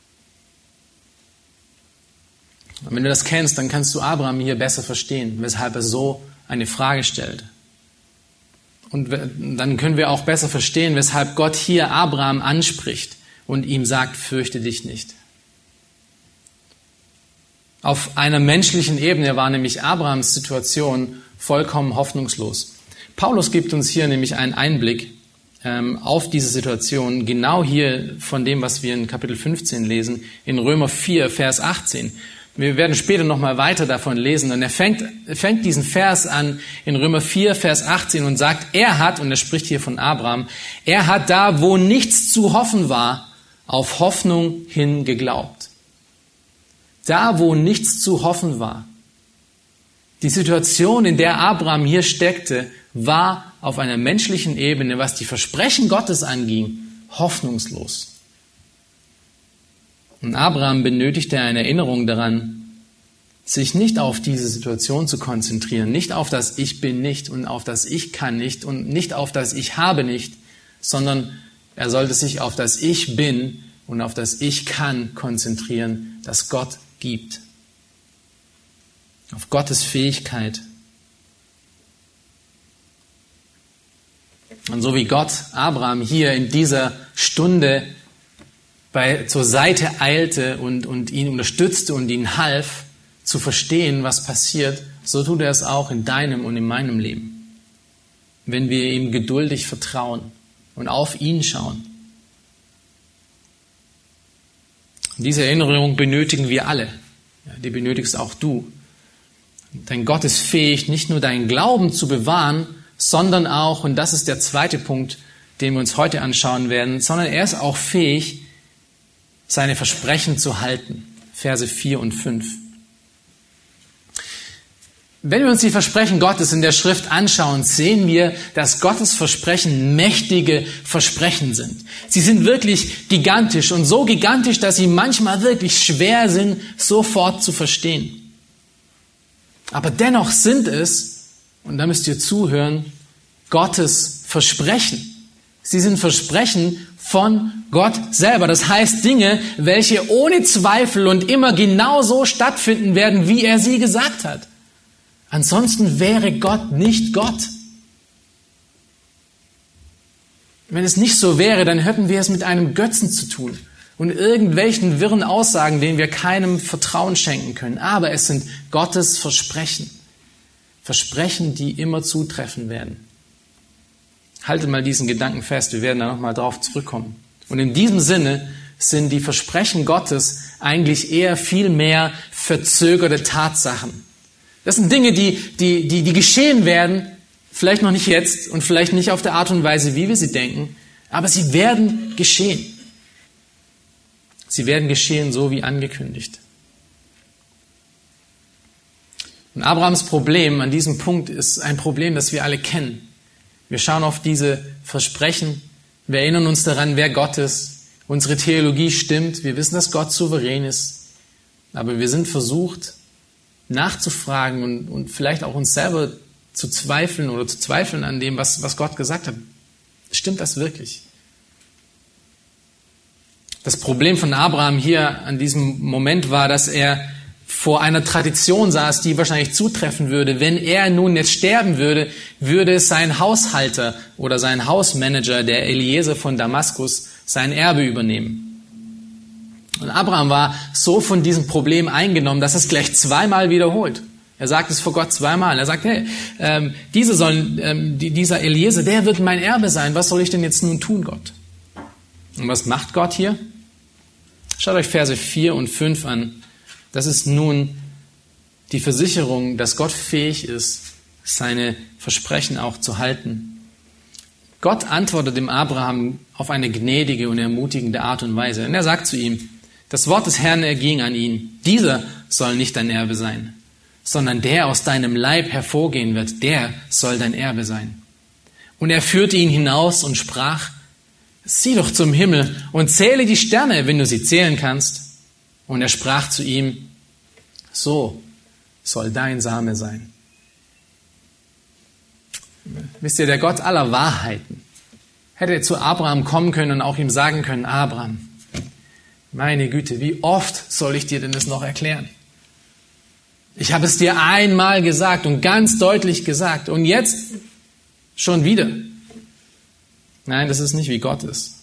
Und wenn du das kennst, dann kannst du Abraham hier besser verstehen, weshalb er so eine Frage stellt. Und dann können wir auch besser verstehen, weshalb Gott hier Abraham anspricht und ihm sagt, fürchte dich nicht. Auf einer menschlichen Ebene war nämlich Abrahams Situation vollkommen hoffnungslos. Paulus gibt uns hier nämlich einen Einblick ähm, auf diese Situation, genau hier von dem, was wir in Kapitel fünfzehn lesen, in Römer vier, Vers achtzehn. Wir werden später nochmal weiter davon lesen. Und er fängt, er fängt diesen Vers an in Römer vier, Vers achtzehn und sagt, er hat, und er spricht hier von Abraham, er hat da, wo nichts zu hoffen war, auf Hoffnung hin geglaubt. Da, wo nichts zu hoffen war. Die Situation, in der Abraham hier steckte, war auf einer menschlichen Ebene, was die Versprechen Gottes anging, hoffnungslos. Und Abraham benötigte eine Erinnerung daran, sich nicht auf diese Situation zu konzentrieren, nicht auf das Ich bin nicht und auf das Ich kann nicht und nicht auf das Ich habe nicht, sondern er sollte sich auf das Ich bin und auf das Ich kann konzentrieren, das Gott gibt. Auf Gottes Fähigkeit. Und so wie Gott Abraham hier in dieser Stunde bei, zur Seite eilte und, und ihn unterstützte und ihn half, zu verstehen, was passiert, so tut er es auch in deinem und in meinem Leben. Wenn wir ihm geduldig vertrauen und auf ihn schauen. Und diese Erinnerung benötigen wir alle. Ja, die benötigst auch du. Denn Gott ist fähig, nicht nur deinen Glauben zu bewahren, sondern auch, und das ist der zweite Punkt, den wir uns heute anschauen werden, sondern er ist auch fähig, seine Versprechen zu halten. Verse vier und fünf. Wenn wir uns die Versprechen Gottes in der Schrift anschauen, sehen wir, dass Gottes Versprechen mächtige Versprechen sind. Sie sind wirklich gigantisch und so gigantisch, dass sie manchmal wirklich schwer sind, sofort zu verstehen. Aber dennoch sind es, und da müsst ihr zuhören, Gottes Versprechen. Sie sind Versprechen von Gott selber. Das heißt Dinge, welche ohne Zweifel und immer genau so stattfinden werden, wie er sie gesagt hat. Ansonsten wäre Gott nicht Gott. Wenn es nicht so wäre, dann hätten wir es mit einem Götzen zu tun und irgendwelchen wirren Aussagen, denen wir keinem Vertrauen schenken können. Aber es sind Gottes Versprechen. Versprechen, die immer zutreffen werden. Haltet mal diesen Gedanken fest, wir werden da nochmal drauf zurückkommen. Und in diesem Sinne sind die Versprechen Gottes eigentlich eher viel mehr verzögerte Tatsachen. Das sind Dinge, die, die, die, die geschehen werden, vielleicht noch nicht jetzt und vielleicht nicht auf der Art und Weise, wie wir sie denken, aber sie werden geschehen. Sie werden geschehen, so wie angekündigt. Und Abrahams Problem an diesem Punkt ist ein Problem, das wir alle kennen. Wir schauen auf diese Versprechen, wir erinnern uns daran, wer Gott ist. Unsere Theologie stimmt, wir wissen, dass Gott souverän ist, aber wir sind versucht, nachzufragen und, und vielleicht auch uns selber zu zweifeln oder zu zweifeln an dem, was, was Gott gesagt hat. Stimmt das wirklich? Das Problem von Abraham hier an diesem Moment war, dass er vor einer Tradition saß, die wahrscheinlich zutreffen würde. Wenn er nun jetzt sterben würde, würde sein Haushalter oder sein Hausmanager, der Eliezer von Damaskus, sein Erbe übernehmen. Und Abraham war so von diesem Problem eingenommen, dass er es gleich zweimal wiederholt. Er sagt es vor Gott zweimal. Er sagt, hey, ähm, diese sollen, ähm, die, dieser Eliezer, der wird mein Erbe sein. Was soll ich denn jetzt nun tun, Gott? Und was macht Gott hier? Schaut euch Verse vier und fünf an. Das ist nun die Versicherung, dass Gott fähig ist, seine Versprechen auch zu halten. Gott antwortet dem Abraham auf eine gnädige und ermutigende Art und Weise. Und er sagt zu ihm, das Wort des Herrn erging an ihn. Dieser soll nicht dein Erbe sein, sondern der aus deinem Leib hervorgehen wird, der soll dein Erbe sein. Und er führte ihn hinaus und sprach, sieh doch zum Himmel und zähle die Sterne, wenn du sie zählen kannst. Und er sprach zu ihm, so soll dein Same sein. Wisst ihr, der Gott aller Wahrheiten hätte zu Abraham kommen können und auch ihm sagen können, Abraham, meine Güte, wie oft soll ich dir denn das noch erklären? Ich habe es dir einmal gesagt und ganz deutlich gesagt und jetzt schon wieder. Nein, das ist nicht, wie Gott ist.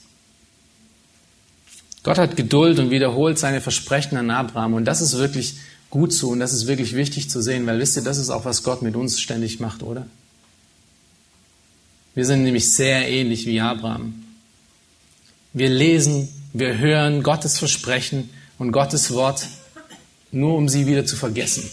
Gott hat Geduld und wiederholt seine Versprechen an Abraham und das ist wirklich gut so und das ist wirklich wichtig zu sehen, weil wisst ihr, das ist auch, was Gott mit uns ständig macht, oder? Wir sind nämlich sehr ähnlich wie Abraham. Wir lesen, wir hören Gottes Versprechen und Gottes Wort, nur um sie wieder zu vergessen.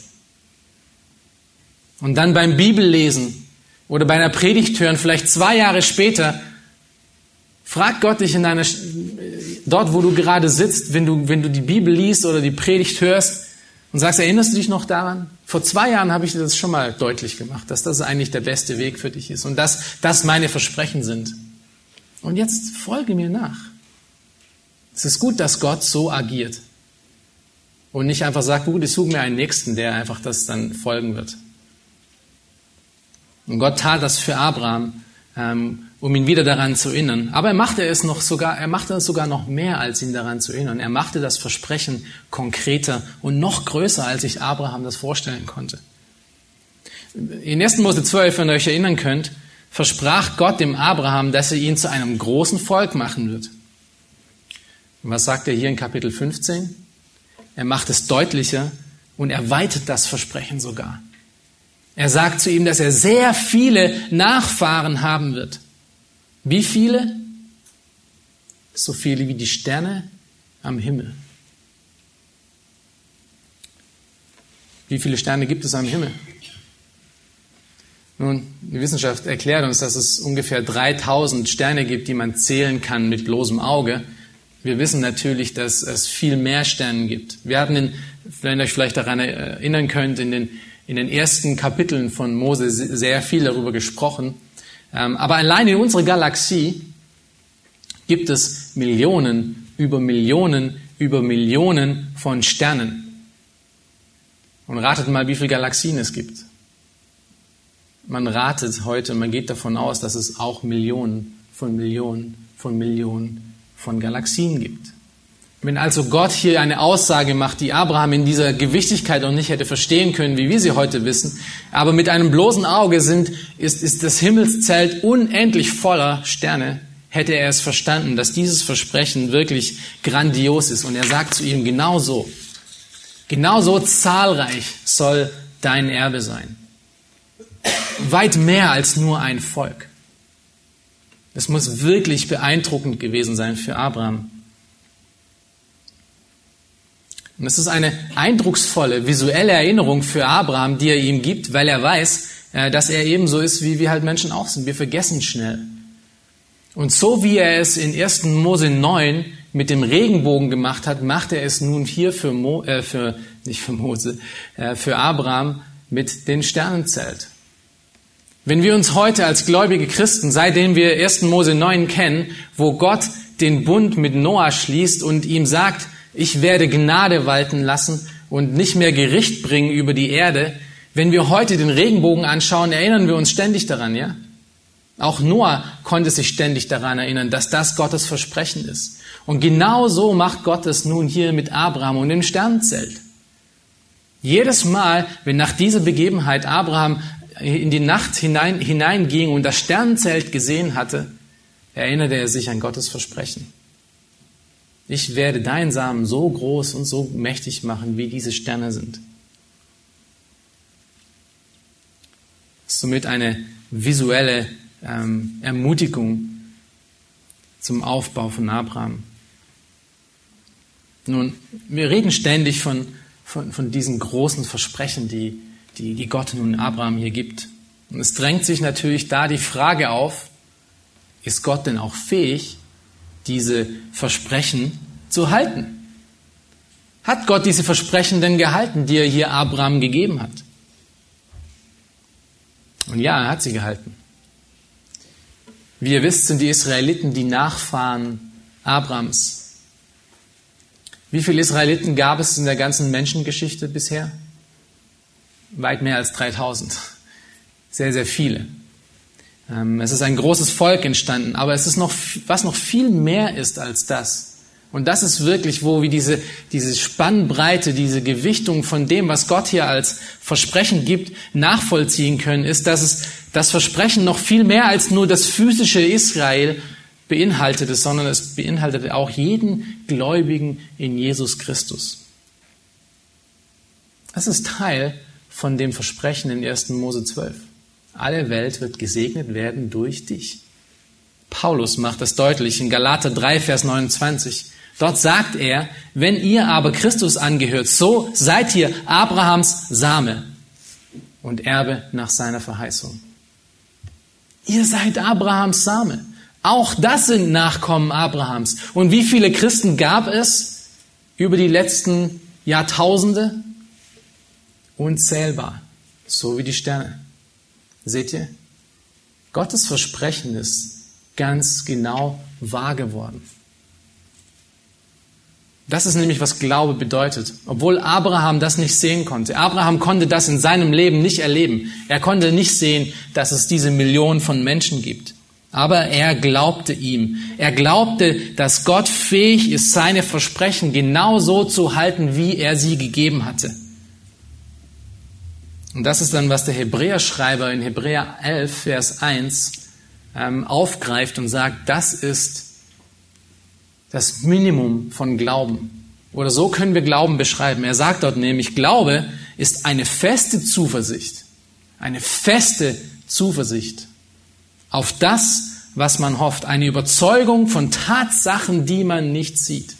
Und dann beim Bibellesen oder bei einer Predigt hören, vielleicht zwei Jahre später, fragt Gott dich in deiner, dort, wo du gerade sitzt, wenn du, wenn du die Bibel liest oder die Predigt hörst und sagst, erinnerst du dich noch daran? Vor zwei Jahren habe ich dir das schon mal deutlich gemacht, dass das eigentlich der beste Weg für dich ist und dass das meine Versprechen sind. Und jetzt folge mir nach. Es ist gut, dass Gott so agiert und nicht einfach sagt, gut, ich suche mir einen Nächsten, der einfach das dann folgen wird. Und Gott tat das für Abraham, ähm, um ihn wieder daran zu erinnern. Aber er machte es noch sogar, er machte es sogar noch mehr, als ihn daran zu erinnern. Er machte das Versprechen konkreter und noch größer, als sich Abraham das vorstellen konnte. In ersten Mose zwölf, wenn ihr euch erinnern könnt, versprach Gott dem Abraham, dass er ihn zu einem großen Volk machen wird. Und was sagt er hier in Kapitel fünfzehn? Er macht es deutlicher und erweitert das Versprechen sogar. Er sagt zu ihm, dass er sehr viele Nachfahren haben wird. Wie viele? So viele wie die Sterne am Himmel. Wie viele Sterne gibt es am Himmel? Nun, die Wissenschaft erklärt uns, dass es ungefähr dreitausend Sterne gibt, die man zählen kann mit bloßem Auge. Wir wissen natürlich, dass es viel mehr Sterne gibt. Wir hatten, in, wenn ihr euch vielleicht daran erinnern könnt, in den, in den ersten Kapiteln von Mose sehr viel darüber gesprochen. Aber allein in unserer Galaxie gibt es Millionen über Millionen über Millionen von Sternen. Und ratet mal, wie viele Galaxien es gibt. Man ratet heute, man geht davon aus, dass es auch Millionen von Millionen von Millionen von Galaxien gibt. Wenn also Gott hier eine Aussage macht, die Abraham in dieser Gewichtigkeit auch nicht hätte verstehen können, wie wir sie heute wissen, aber mit einem bloßen Auge sind, ist, ist das Himmelszelt unendlich voller Sterne, hätte er es verstanden, dass dieses Versprechen wirklich grandios ist. Und er sagt zu ihm, genau so, genau so zahlreich soll dein Erbe sein. Weit mehr als nur ein Volk. Es muss wirklich beeindruckend gewesen sein für Abraham. Und es ist eine eindrucksvolle, visuelle Erinnerung für Abraham, die er ihm gibt, weil er weiß, dass er ebenso ist, wie wir halt Menschen auch sind. Wir vergessen schnell. Und so wie er es in ersten Mose neun mit dem Regenbogen gemacht hat, macht er es nun hier für, Mo, äh, für nicht für Mose, äh, für Abraham mit dem Sternenzelt. Wenn wir uns heute als gläubige Christen, seitdem wir ersten Mose neun kennen, wo Gott den Bund mit Noah schließt und ihm sagt, ich werde Gnade walten lassen und nicht mehr Gericht bringen über die Erde. Wenn wir heute den Regenbogen anschauen, erinnern wir uns ständig daran, ja? Auch Noah konnte sich ständig daran erinnern, dass das Gottes Versprechen ist. Und genau so macht Gott es nun hier mit Abraham und dem Sternenzelt. Jedes Mal, wenn nach dieser Begebenheit Abraham in die Nacht hinein, hineinging und das Sternenzelt gesehen hatte, erinnerte er sich an Gottes Versprechen. Ich werde deinen Samen so groß und so mächtig machen, wie diese Sterne sind. Das ist somit eine visuelle ähm, Ermutigung zum Aufbau von Abraham. Nun, wir reden ständig von, von, von diesen großen Versprechen, die, die, die Gott nun Abraham hier gibt. Und es drängt sich natürlich da die Frage auf, ist Gott denn auch fähig, diese Versprechen zu halten? Hat Gott diese Versprechen denn gehalten, die er hier Abraham gegeben hat? Und ja, er hat sie gehalten. Wie ihr wisst, sind die Israeliten die Nachfahren Abrahams. Wie viele Israeliten gab es in der ganzen Menschengeschichte bisher? Weit mehr als dreitausend. Sehr, sehr viele. Es ist ein großes Volk entstanden, aber es ist noch, was noch viel mehr ist als das. Und das ist wirklich, wo wir diese, diese Spannbreite, diese Gewichtung von dem, was Gott hier als Versprechen gibt, nachvollziehen können, ist, dass es das Versprechen noch viel mehr als nur das physische Israel beinhaltete, sondern es beinhaltete auch jeden Gläubigen in Jesus Christus. Das ist Teil von dem Versprechen in ersten Mose zwölf. Alle Welt wird gesegnet werden durch dich. Paulus macht das deutlich in Galater drei, Vers neunundzwanzig. Dort sagt er, wenn ihr aber Christus angehört, so seid ihr Abrahams Same und Erbe nach seiner Verheißung. Ihr seid Abrahams Same. Auch das sind Nachkommen Abrahams. Und wie viele Christen gab es über die letzten Jahrtausende? Unzählbar, so wie die Sterne. Seht ihr? Gottes Versprechen ist ganz genau wahr geworden. Das ist nämlich, was Glaube bedeutet. Obwohl Abraham das nicht sehen konnte. Abraham konnte das in seinem Leben nicht erleben. Er konnte nicht sehen, dass es diese Millionen von Menschen gibt. Aber er glaubte ihm. Er glaubte, dass Gott fähig ist, seine Versprechen genau so zu halten, wie er sie gegeben hatte. Und das ist dann, was der Hebräerschreiber in Hebräer elf, Vers eins ähm, aufgreift und sagt, das ist das Minimum von Glauben. Oder so können wir Glauben beschreiben. Er sagt dort nämlich, Glaube ist eine feste Zuversicht. Eine feste Zuversicht auf das, was man hofft. Eine Überzeugung von Tatsachen, die man nicht sieht.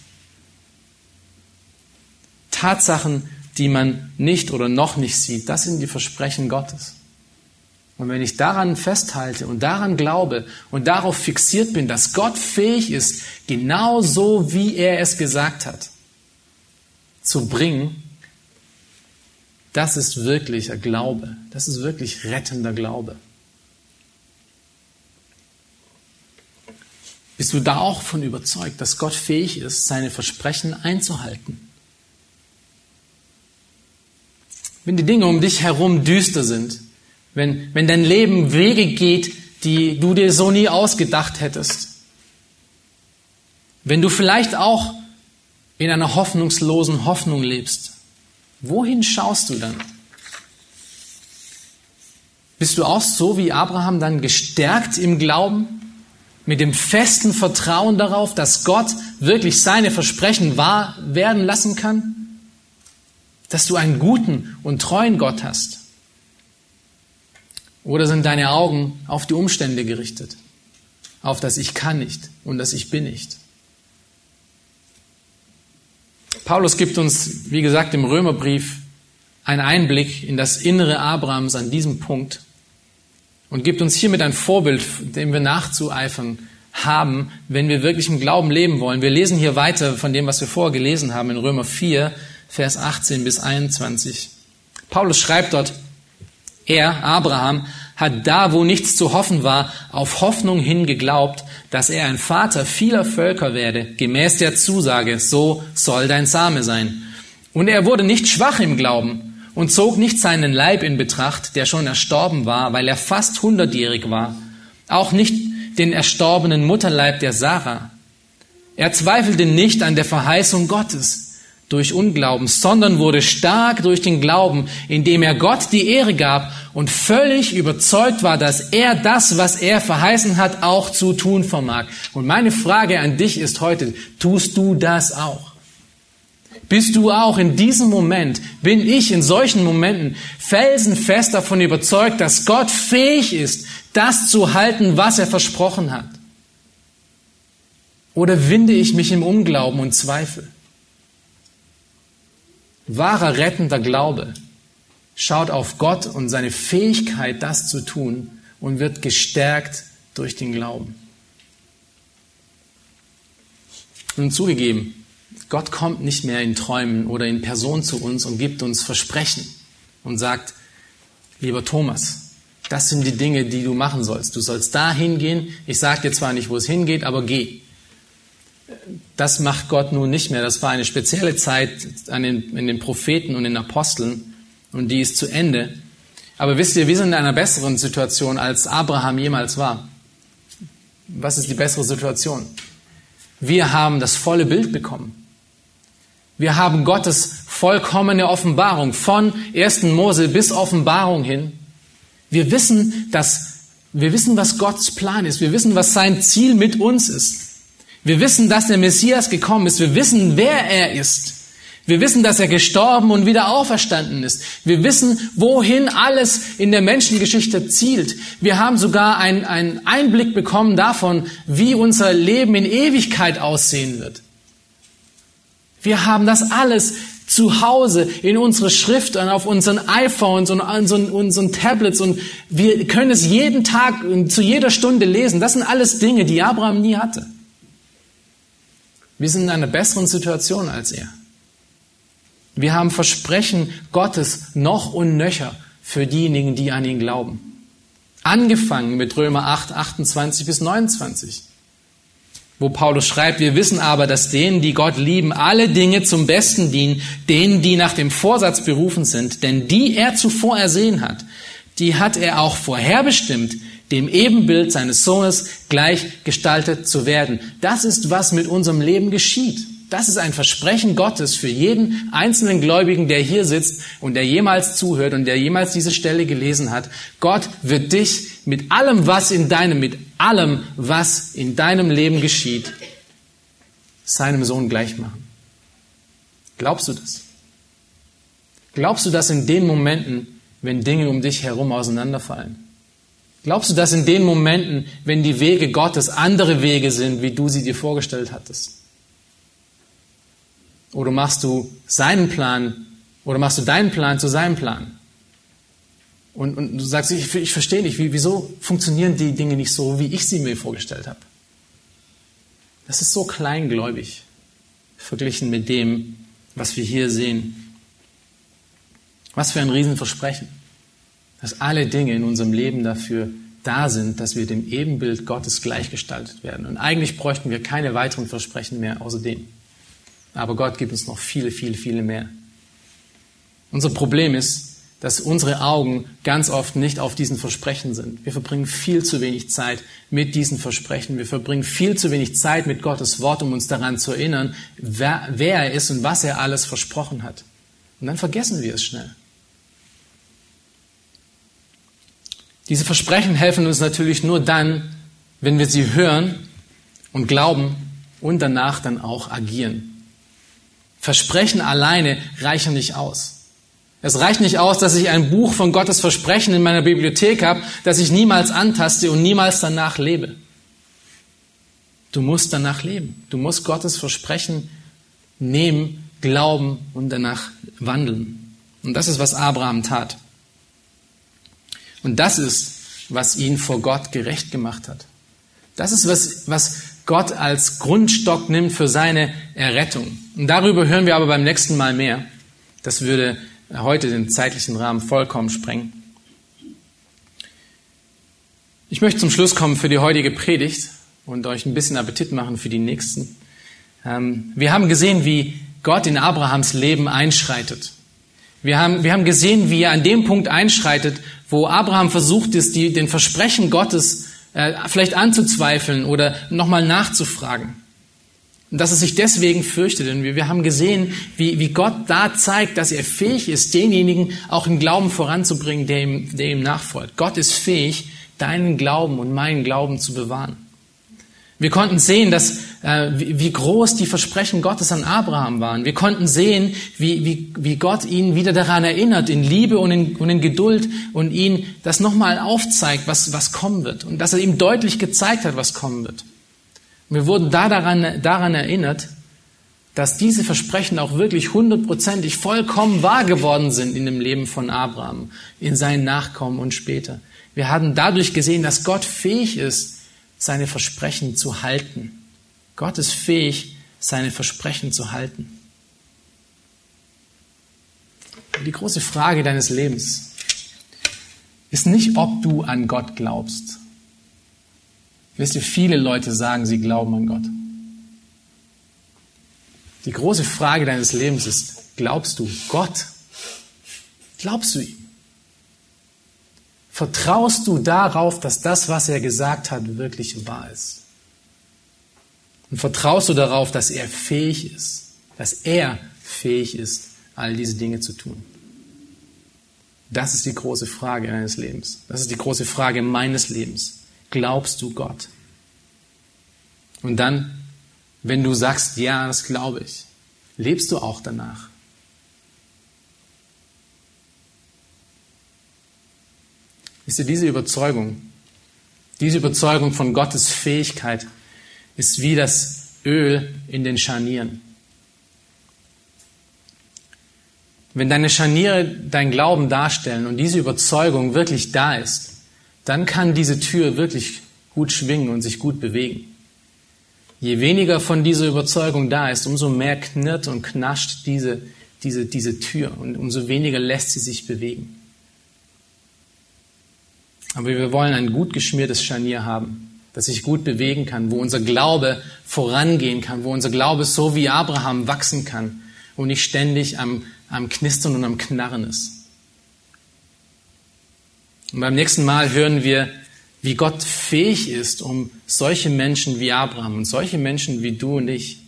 Tatsachen, die man nicht oder noch nicht sieht. Das sind die Versprechen Gottes. Und wenn ich daran festhalte und daran glaube und darauf fixiert bin, dass Gott fähig ist, genau so, wie er es gesagt hat, zu bringen, das ist wirklicher Glaube. Das ist wirklich rettender Glaube. Bist du da auch von überzeugt, dass Gott fähig ist, seine Versprechen einzuhalten? Wenn die Dinge um dich herum düster sind, wenn, wenn dein Leben Wege geht, die du dir so nie ausgedacht hättest, wenn du vielleicht auch in einer hoffnungslosen Hoffnung lebst, wohin schaust du dann? Bist du auch so wie Abraham dann gestärkt im Glauben, mit dem festen Vertrauen darauf, dass Gott wirklich seine Versprechen wahr werden lassen kann? Dass du einen guten und treuen Gott hast? Oder sind deine Augen auf die Umstände gerichtet? Auf das Ich kann nicht und das Ich bin nicht? Paulus gibt uns, wie gesagt, im Römerbrief einen Einblick in das Innere Abrahams an diesem Punkt und gibt uns hiermit ein Vorbild, dem wir nachzueifern haben, wenn wir wirklich im Glauben leben wollen. Wir lesen hier weiter von dem, was wir vorher gelesen haben, in Römer vier, Vers achtzehn bis einundzwanzig. Paulus schreibt dort, er, Abraham, hat da, wo nichts zu hoffen war, auf Hoffnung hin geglaubt, dass er ein Vater vieler Völker werde, gemäß der Zusage, so soll dein Same sein. Und er wurde nicht schwach im Glauben und zog nicht seinen Leib in Betracht, der schon erstorben war, weil er fast hundertjährig war, auch nicht den erstorbenen Mutterleib der Sarah. Er zweifelte nicht an der Verheißung Gottes durch Unglauben, sondern wurde stark durch den Glauben, indem er Gott die Ehre gab und völlig überzeugt war, dass er das, was er verheißen hat, auch zu tun vermag. Und meine Frage an dich ist heute, tust du das auch? Bist du auch in diesem Moment, bin ich in solchen Momenten felsenfest davon überzeugt, dass Gott fähig ist, das zu halten, was er versprochen hat? Oder winde ich mich im Unglauben und Zweifel? Wahrer rettender Glaube schaut auf Gott und seine Fähigkeit, das zu tun, und wird gestärkt durch den Glauben. Und zugegeben, Gott kommt nicht mehr in Träumen oder in Person zu uns und gibt uns Versprechen und sagt, lieber Thomas, Das sind die Dinge, die du machen sollst. Du sollst da hingehen. Ich sage dir zwar nicht, wo es hingeht, aber geh. Das macht Gott nun nicht mehr. Das war eine spezielle Zeit an den, in den Propheten und den Aposteln und die ist zu Ende. Aber wisst ihr, wir sind in einer besseren Situation, als Abraham jemals war. Was ist die bessere Situation? Wir haben das volle Bild bekommen. Wir haben Gottes vollkommene Offenbarung von ersten Mose bis Offenbarung hin. Wir wissen, dass, wir wissen, was Gottes Plan ist. Wir wissen, was sein Ziel mit uns ist. Wir wissen, dass der Messias gekommen ist. Wir wissen, wer er ist. Wir wissen, dass er gestorben und wieder auferstanden ist. Wir wissen, wohin alles in der Menschengeschichte zielt. Wir haben sogar einen, einen Einblick bekommen davon, wie unser Leben in Ewigkeit aussehen wird. Wir haben das alles zu Hause in unsere Schrift und auf unseren iPhones und unseren, unseren Tablets und wir können es jeden Tag und zu jeder Stunde lesen. Das sind alles Dinge, die Abraham nie hatte. Wir sind in einer besseren Situation als er. Wir haben Versprechen Gottes noch und nöcher für diejenigen, die an ihn glauben. Angefangen mit Römer acht, achtundzwanzig bis neunundzwanzig. Wo Paulus schreibt, wir wissen aber, dass denen, die Gott lieben, alle Dinge zum Besten dienen, denen, die nach dem Vorsatz berufen sind. Denn die er zuvor ersehen hat, die hat er auch vorherbestimmt, dem Ebenbild seines Sohnes gleichgestaltet zu werden. Das ist, was mit unserem Leben geschieht. Das ist ein Versprechen Gottes für jeden einzelnen Gläubigen, der hier sitzt und der jemals zuhört und der jemals diese Stelle gelesen hat. Gott wird dich mit allem, was in deinem, mit allem, was in deinem Leben geschieht, seinem Sohn gleich machen. Glaubst du das? Glaubst du das in den Momenten, wenn Dinge um dich herum auseinanderfallen? Glaubst du das in den Momenten, wenn die Wege Gottes andere Wege sind, wie du sie dir vorgestellt hattest? Oder machst du seinen Plan, oder machst du deinen Plan zu seinem Plan? Und, und du sagst, ich, ich verstehe nicht, wie, wieso funktionieren die Dinge nicht so, wie ich sie mir vorgestellt habe? Das ist so kleingläubig, verglichen mit dem, was wir hier sehen. Was für ein Riesenversprechen, dass alle Dinge in unserem Leben dafür da sind, dass wir dem Ebenbild Gottes gleichgestaltet werden. Und eigentlich bräuchten wir keine weiteren Versprechen mehr außer dem. Aber Gott gibt uns noch viele, viele, viele mehr. Unser Problem ist, dass unsere Augen ganz oft nicht auf diesen Versprechen sind. Wir verbringen viel zu wenig Zeit mit diesen Versprechen. Wir verbringen viel zu wenig Zeit mit Gottes Wort, um uns daran zu erinnern, wer, wer er ist und was er alles versprochen hat. Und dann vergessen wir es schnell. Diese Versprechen helfen uns natürlich nur dann, wenn wir sie hören und glauben und danach dann auch agieren. Versprechen alleine reichen nicht aus. Es reicht nicht aus, dass ich ein Buch von Gottes Versprechen in meiner Bibliothek habe, das ich niemals antaste und niemals danach lebe. Du musst danach leben. Du musst Gottes Versprechen nehmen, glauben und danach wandeln. Und das ist, was Abraham tat. Und das ist, was ihn vor Gott gerecht gemacht hat. Das ist, was, was Gott als Grundstock nimmt für seine Errettung. Und darüber hören wir aber beim nächsten Mal mehr. Das würde heute den zeitlichen Rahmen vollkommen sprengen. Ich möchte zum Schluss kommen für die heutige Predigt und euch ein bisschen Appetit machen für die nächsten. Wir haben gesehen, wie Gott in Abrahams Leben einschreitet. Wir haben, wir haben gesehen, wie er an dem Punkt einschreitet, wo Abraham versucht ist, die, den Versprechen Gottes äh, vielleicht anzuzweifeln oder nochmal nachzufragen. Und dass er sich deswegen fürchtet. Denn wir, wir haben gesehen, wie, wie Gott da zeigt, dass er fähig ist, denjenigen auch im Glauben voranzubringen, der ihm, der ihm nachfolgt. Gott ist fähig, deinen Glauben und meinen Glauben zu bewahren. Wir konnten sehen, dass, äh, wie, wie groß die Versprechen Gottes an Abraham waren. Wir konnten sehen, wie, wie, wie Gott ihn wieder daran erinnert, in Liebe und in, und in Geduld und ihn das nochmal aufzeigt, was, was kommen wird. Und dass er ihm deutlich gezeigt hat, was kommen wird. Und wir wurden da daran, daran erinnert, dass diese Versprechen auch wirklich hundertprozentig vollkommen wahr geworden sind in dem Leben von Abraham, in seinen Nachkommen und später. Wir haben dadurch gesehen, dass Gott fähig ist, seine Versprechen zu halten. Gott ist fähig, seine Versprechen zu halten. Die große Frage deines Lebens. ist nicht, ob du an Gott glaubst. Wisst ihr, viele Leute sagen, sie glauben an Gott. Die große Frage deines Lebens ist, glaubst du Gott? Glaubst du ihm? Vertraust du darauf, dass das, was er gesagt hat, wirklich wahr ist? Und vertraust du darauf, dass er fähig ist, dass er fähig ist, all diese Dinge zu tun? Das ist die große Frage deines Lebens. Das ist die große Frage meines Lebens. Glaubst du Gott? Und dann, wenn du sagst, ja, das glaube ich, lebst du auch danach? Wisst ihr, diese Überzeugung, diese Überzeugung von Gottes Fähigkeit ist wie das Öl in den Scharnieren. Wenn deine Scharniere dein Glauben darstellen und diese Überzeugung wirklich da ist, dann kann diese Tür wirklich gut schwingen und sich gut bewegen. Je weniger von dieser Überzeugung da ist, umso mehr knirrt und knascht diese, diese, diese Tür und umso weniger lässt sie sich bewegen. Aber wir wollen ein gut geschmiertes Scharnier haben, das sich gut bewegen kann, wo unser Glaube vorangehen kann, wo unser Glaube so wie Abraham wachsen kann und nicht ständig am, am Knistern und am Knarren ist. Und beim nächsten Mal hören wir, wie Gott fähig ist, um solche Menschen wie Abraham und solche Menschen wie du und ich,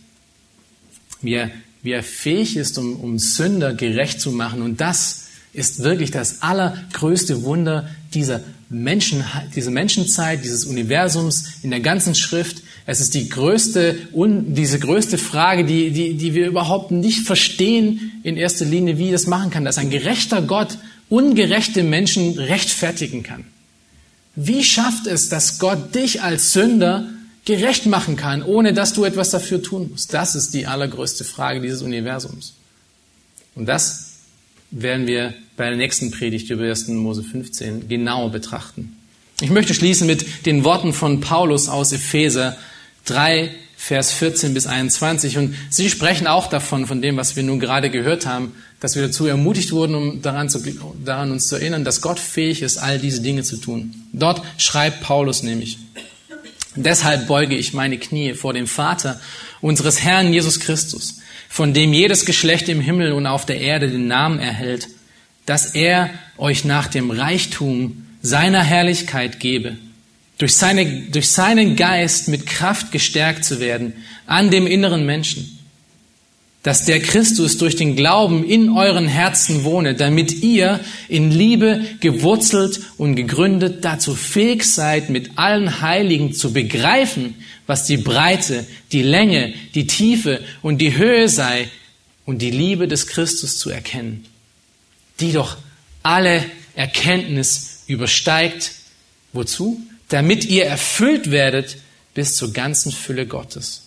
wie er, wie er fähig ist, um, um Sünder gerecht zu machen. Und das ist wirklich das allergrößte Wunder dieser Menschen, dieser Menschenzeit, dieses Universums in der ganzen Schrift. Es ist die größte, diese größte Frage, die, die, die wir überhaupt nicht verstehen in erster Linie, wie das machen kann, dass ein gerechter Gott ungerechte Menschen rechtfertigen kann. Wie schafft es, dass Gott dich als Sünder gerecht machen kann, ohne dass du etwas dafür tun musst? Das ist die allergrößte Frage dieses Universums. Und das werden wir bei der nächsten Predigt über ersten Mose fünfzehn genauer betrachten. Ich möchte schließen mit den Worten von Paulus aus Epheser drei, Vers vierzehn bis einundzwanzig. Und sie sprechen auch davon, von dem, was wir nun gerade gehört haben, dass wir dazu ermutigt wurden, um daran, zu, daran uns zu erinnern, dass Gott fähig ist, all diese Dinge zu tun. Dort schreibt Paulus nämlich: Deshalb beuge ich meine Knie vor dem Vater unseres Herrn Jesus Christus, von dem jedes Geschlecht im Himmel und auf der Erde den Namen erhält, dass er euch nach dem Reichtum seiner Herrlichkeit gebe, durch, seine, durch seinen Geist mit Kraft gestärkt zu werden an dem inneren Menschen, dass der Christus durch den Glauben in euren Herzen wohne, damit ihr in Liebe gewurzelt und gegründet dazu fähig seid, mit allen Heiligen zu begreifen, was die Breite, die Länge, die Tiefe und die Höhe sei und die Liebe des Christus zu erkennen, die doch alle Erkenntnis übersteigt. Wozu? Damit ihr erfüllt werdet bis zur ganzen Fülle Gottes.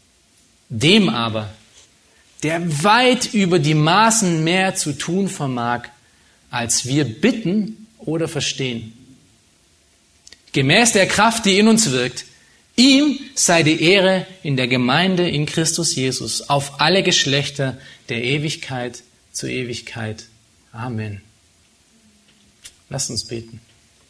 Dem aber, der weit über die Maßen mehr zu tun vermag, als wir bitten oder verstehen. Gemäß der Kraft, die in uns wirkt, ihm sei die Ehre in der Gemeinde in Christus Jesus auf alle Geschlechter der Ewigkeit zu Ewigkeit. Amen. Lasst uns beten.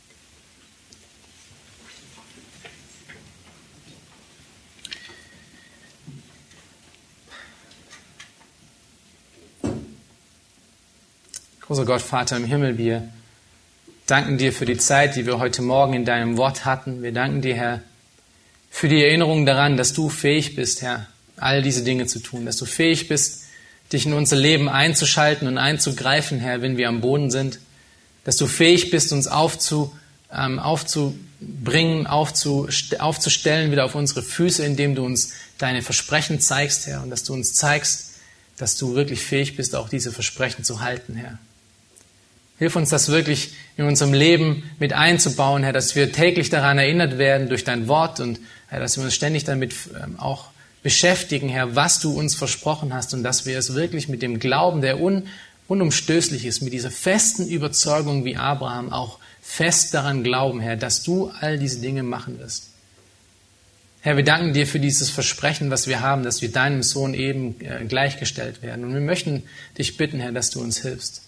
Großer Gott, Vater im Himmel, wir danken dir für die Zeit, die wir heute Morgen in deinem Wort hatten. Wir danken dir, Herr, für die Erinnerung daran, dass du fähig bist, Herr, all diese Dinge zu tun, dass du fähig bist, dich in unser Leben einzuschalten und einzugreifen, Herr, wenn wir am Boden sind, dass du fähig bist, uns aufzu, ähm, aufzubringen, aufzu, aufzustellen wieder auf unsere Füße, indem du uns deine Versprechen zeigst, Herr, und dass du uns zeigst, dass du wirklich fähig bist, auch diese Versprechen zu halten, Herr. Hilf uns, das wirklich in unserem Leben mit einzubauen, Herr, dass wir täglich daran erinnert werden durch dein Wort und Herr, dass wir uns ständig damit ähm, auch beschäftigen, Herr, was du uns versprochen hast und dass wir es wirklich mit dem Glauben, der un, unumstößlich ist, mit dieser festen Überzeugung wie Abraham auch fest daran glauben, Herr, dass du all diese Dinge machen wirst. Herr, wir danken dir für dieses Versprechen, was wir haben, dass wir deinem Sohn eben äh, gleichgestellt werden. Und wir möchten dich bitten, Herr, dass du uns hilfst.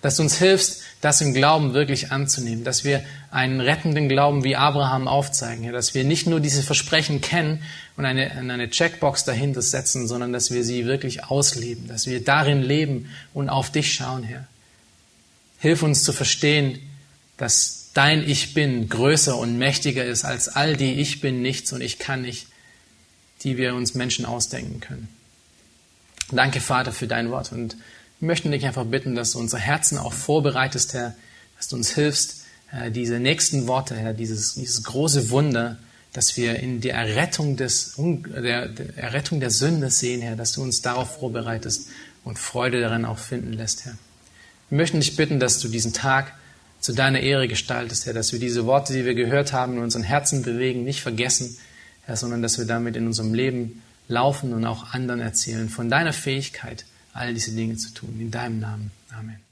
dass du uns hilfst, das im Glauben wirklich anzunehmen, dass wir einen rettenden Glauben wie Abraham aufzeigen, Herr, dass wir nicht nur diese Versprechen kennen und eine, eine Checkbox dahinter setzen, sondern dass wir sie wirklich ausleben, dass wir darin leben und auf dich schauen, Herr. Hilf uns zu verstehen, dass dein Ich Bin größer und mächtiger ist als all die Ich Bin nichts und ich kann nicht, die wir uns Menschen ausdenken können. Danke, Vater, für dein Wort und wir möchten dich einfach bitten, dass du unser Herzen auch vorbereitest, Herr, dass du uns hilfst, diese nächsten Worte, Herr, dieses, dieses große Wunder, dass wir in der Errettung, des, der, der Errettung der Sünde sehen, Herr, dass du uns darauf vorbereitest und Freude daran auch finden lässt, Herr. Wir möchten dich bitten, dass du diesen Tag zu deiner Ehre gestaltest, Herr, dass wir diese Worte, die wir gehört haben, in unseren Herzen bewegen, nicht vergessen, Herr, sondern dass wir damit in unserem Leben laufen und auch anderen erzählen von deiner Fähigkeit, all diese Dinge zu tun. In deinem Namen. Amen.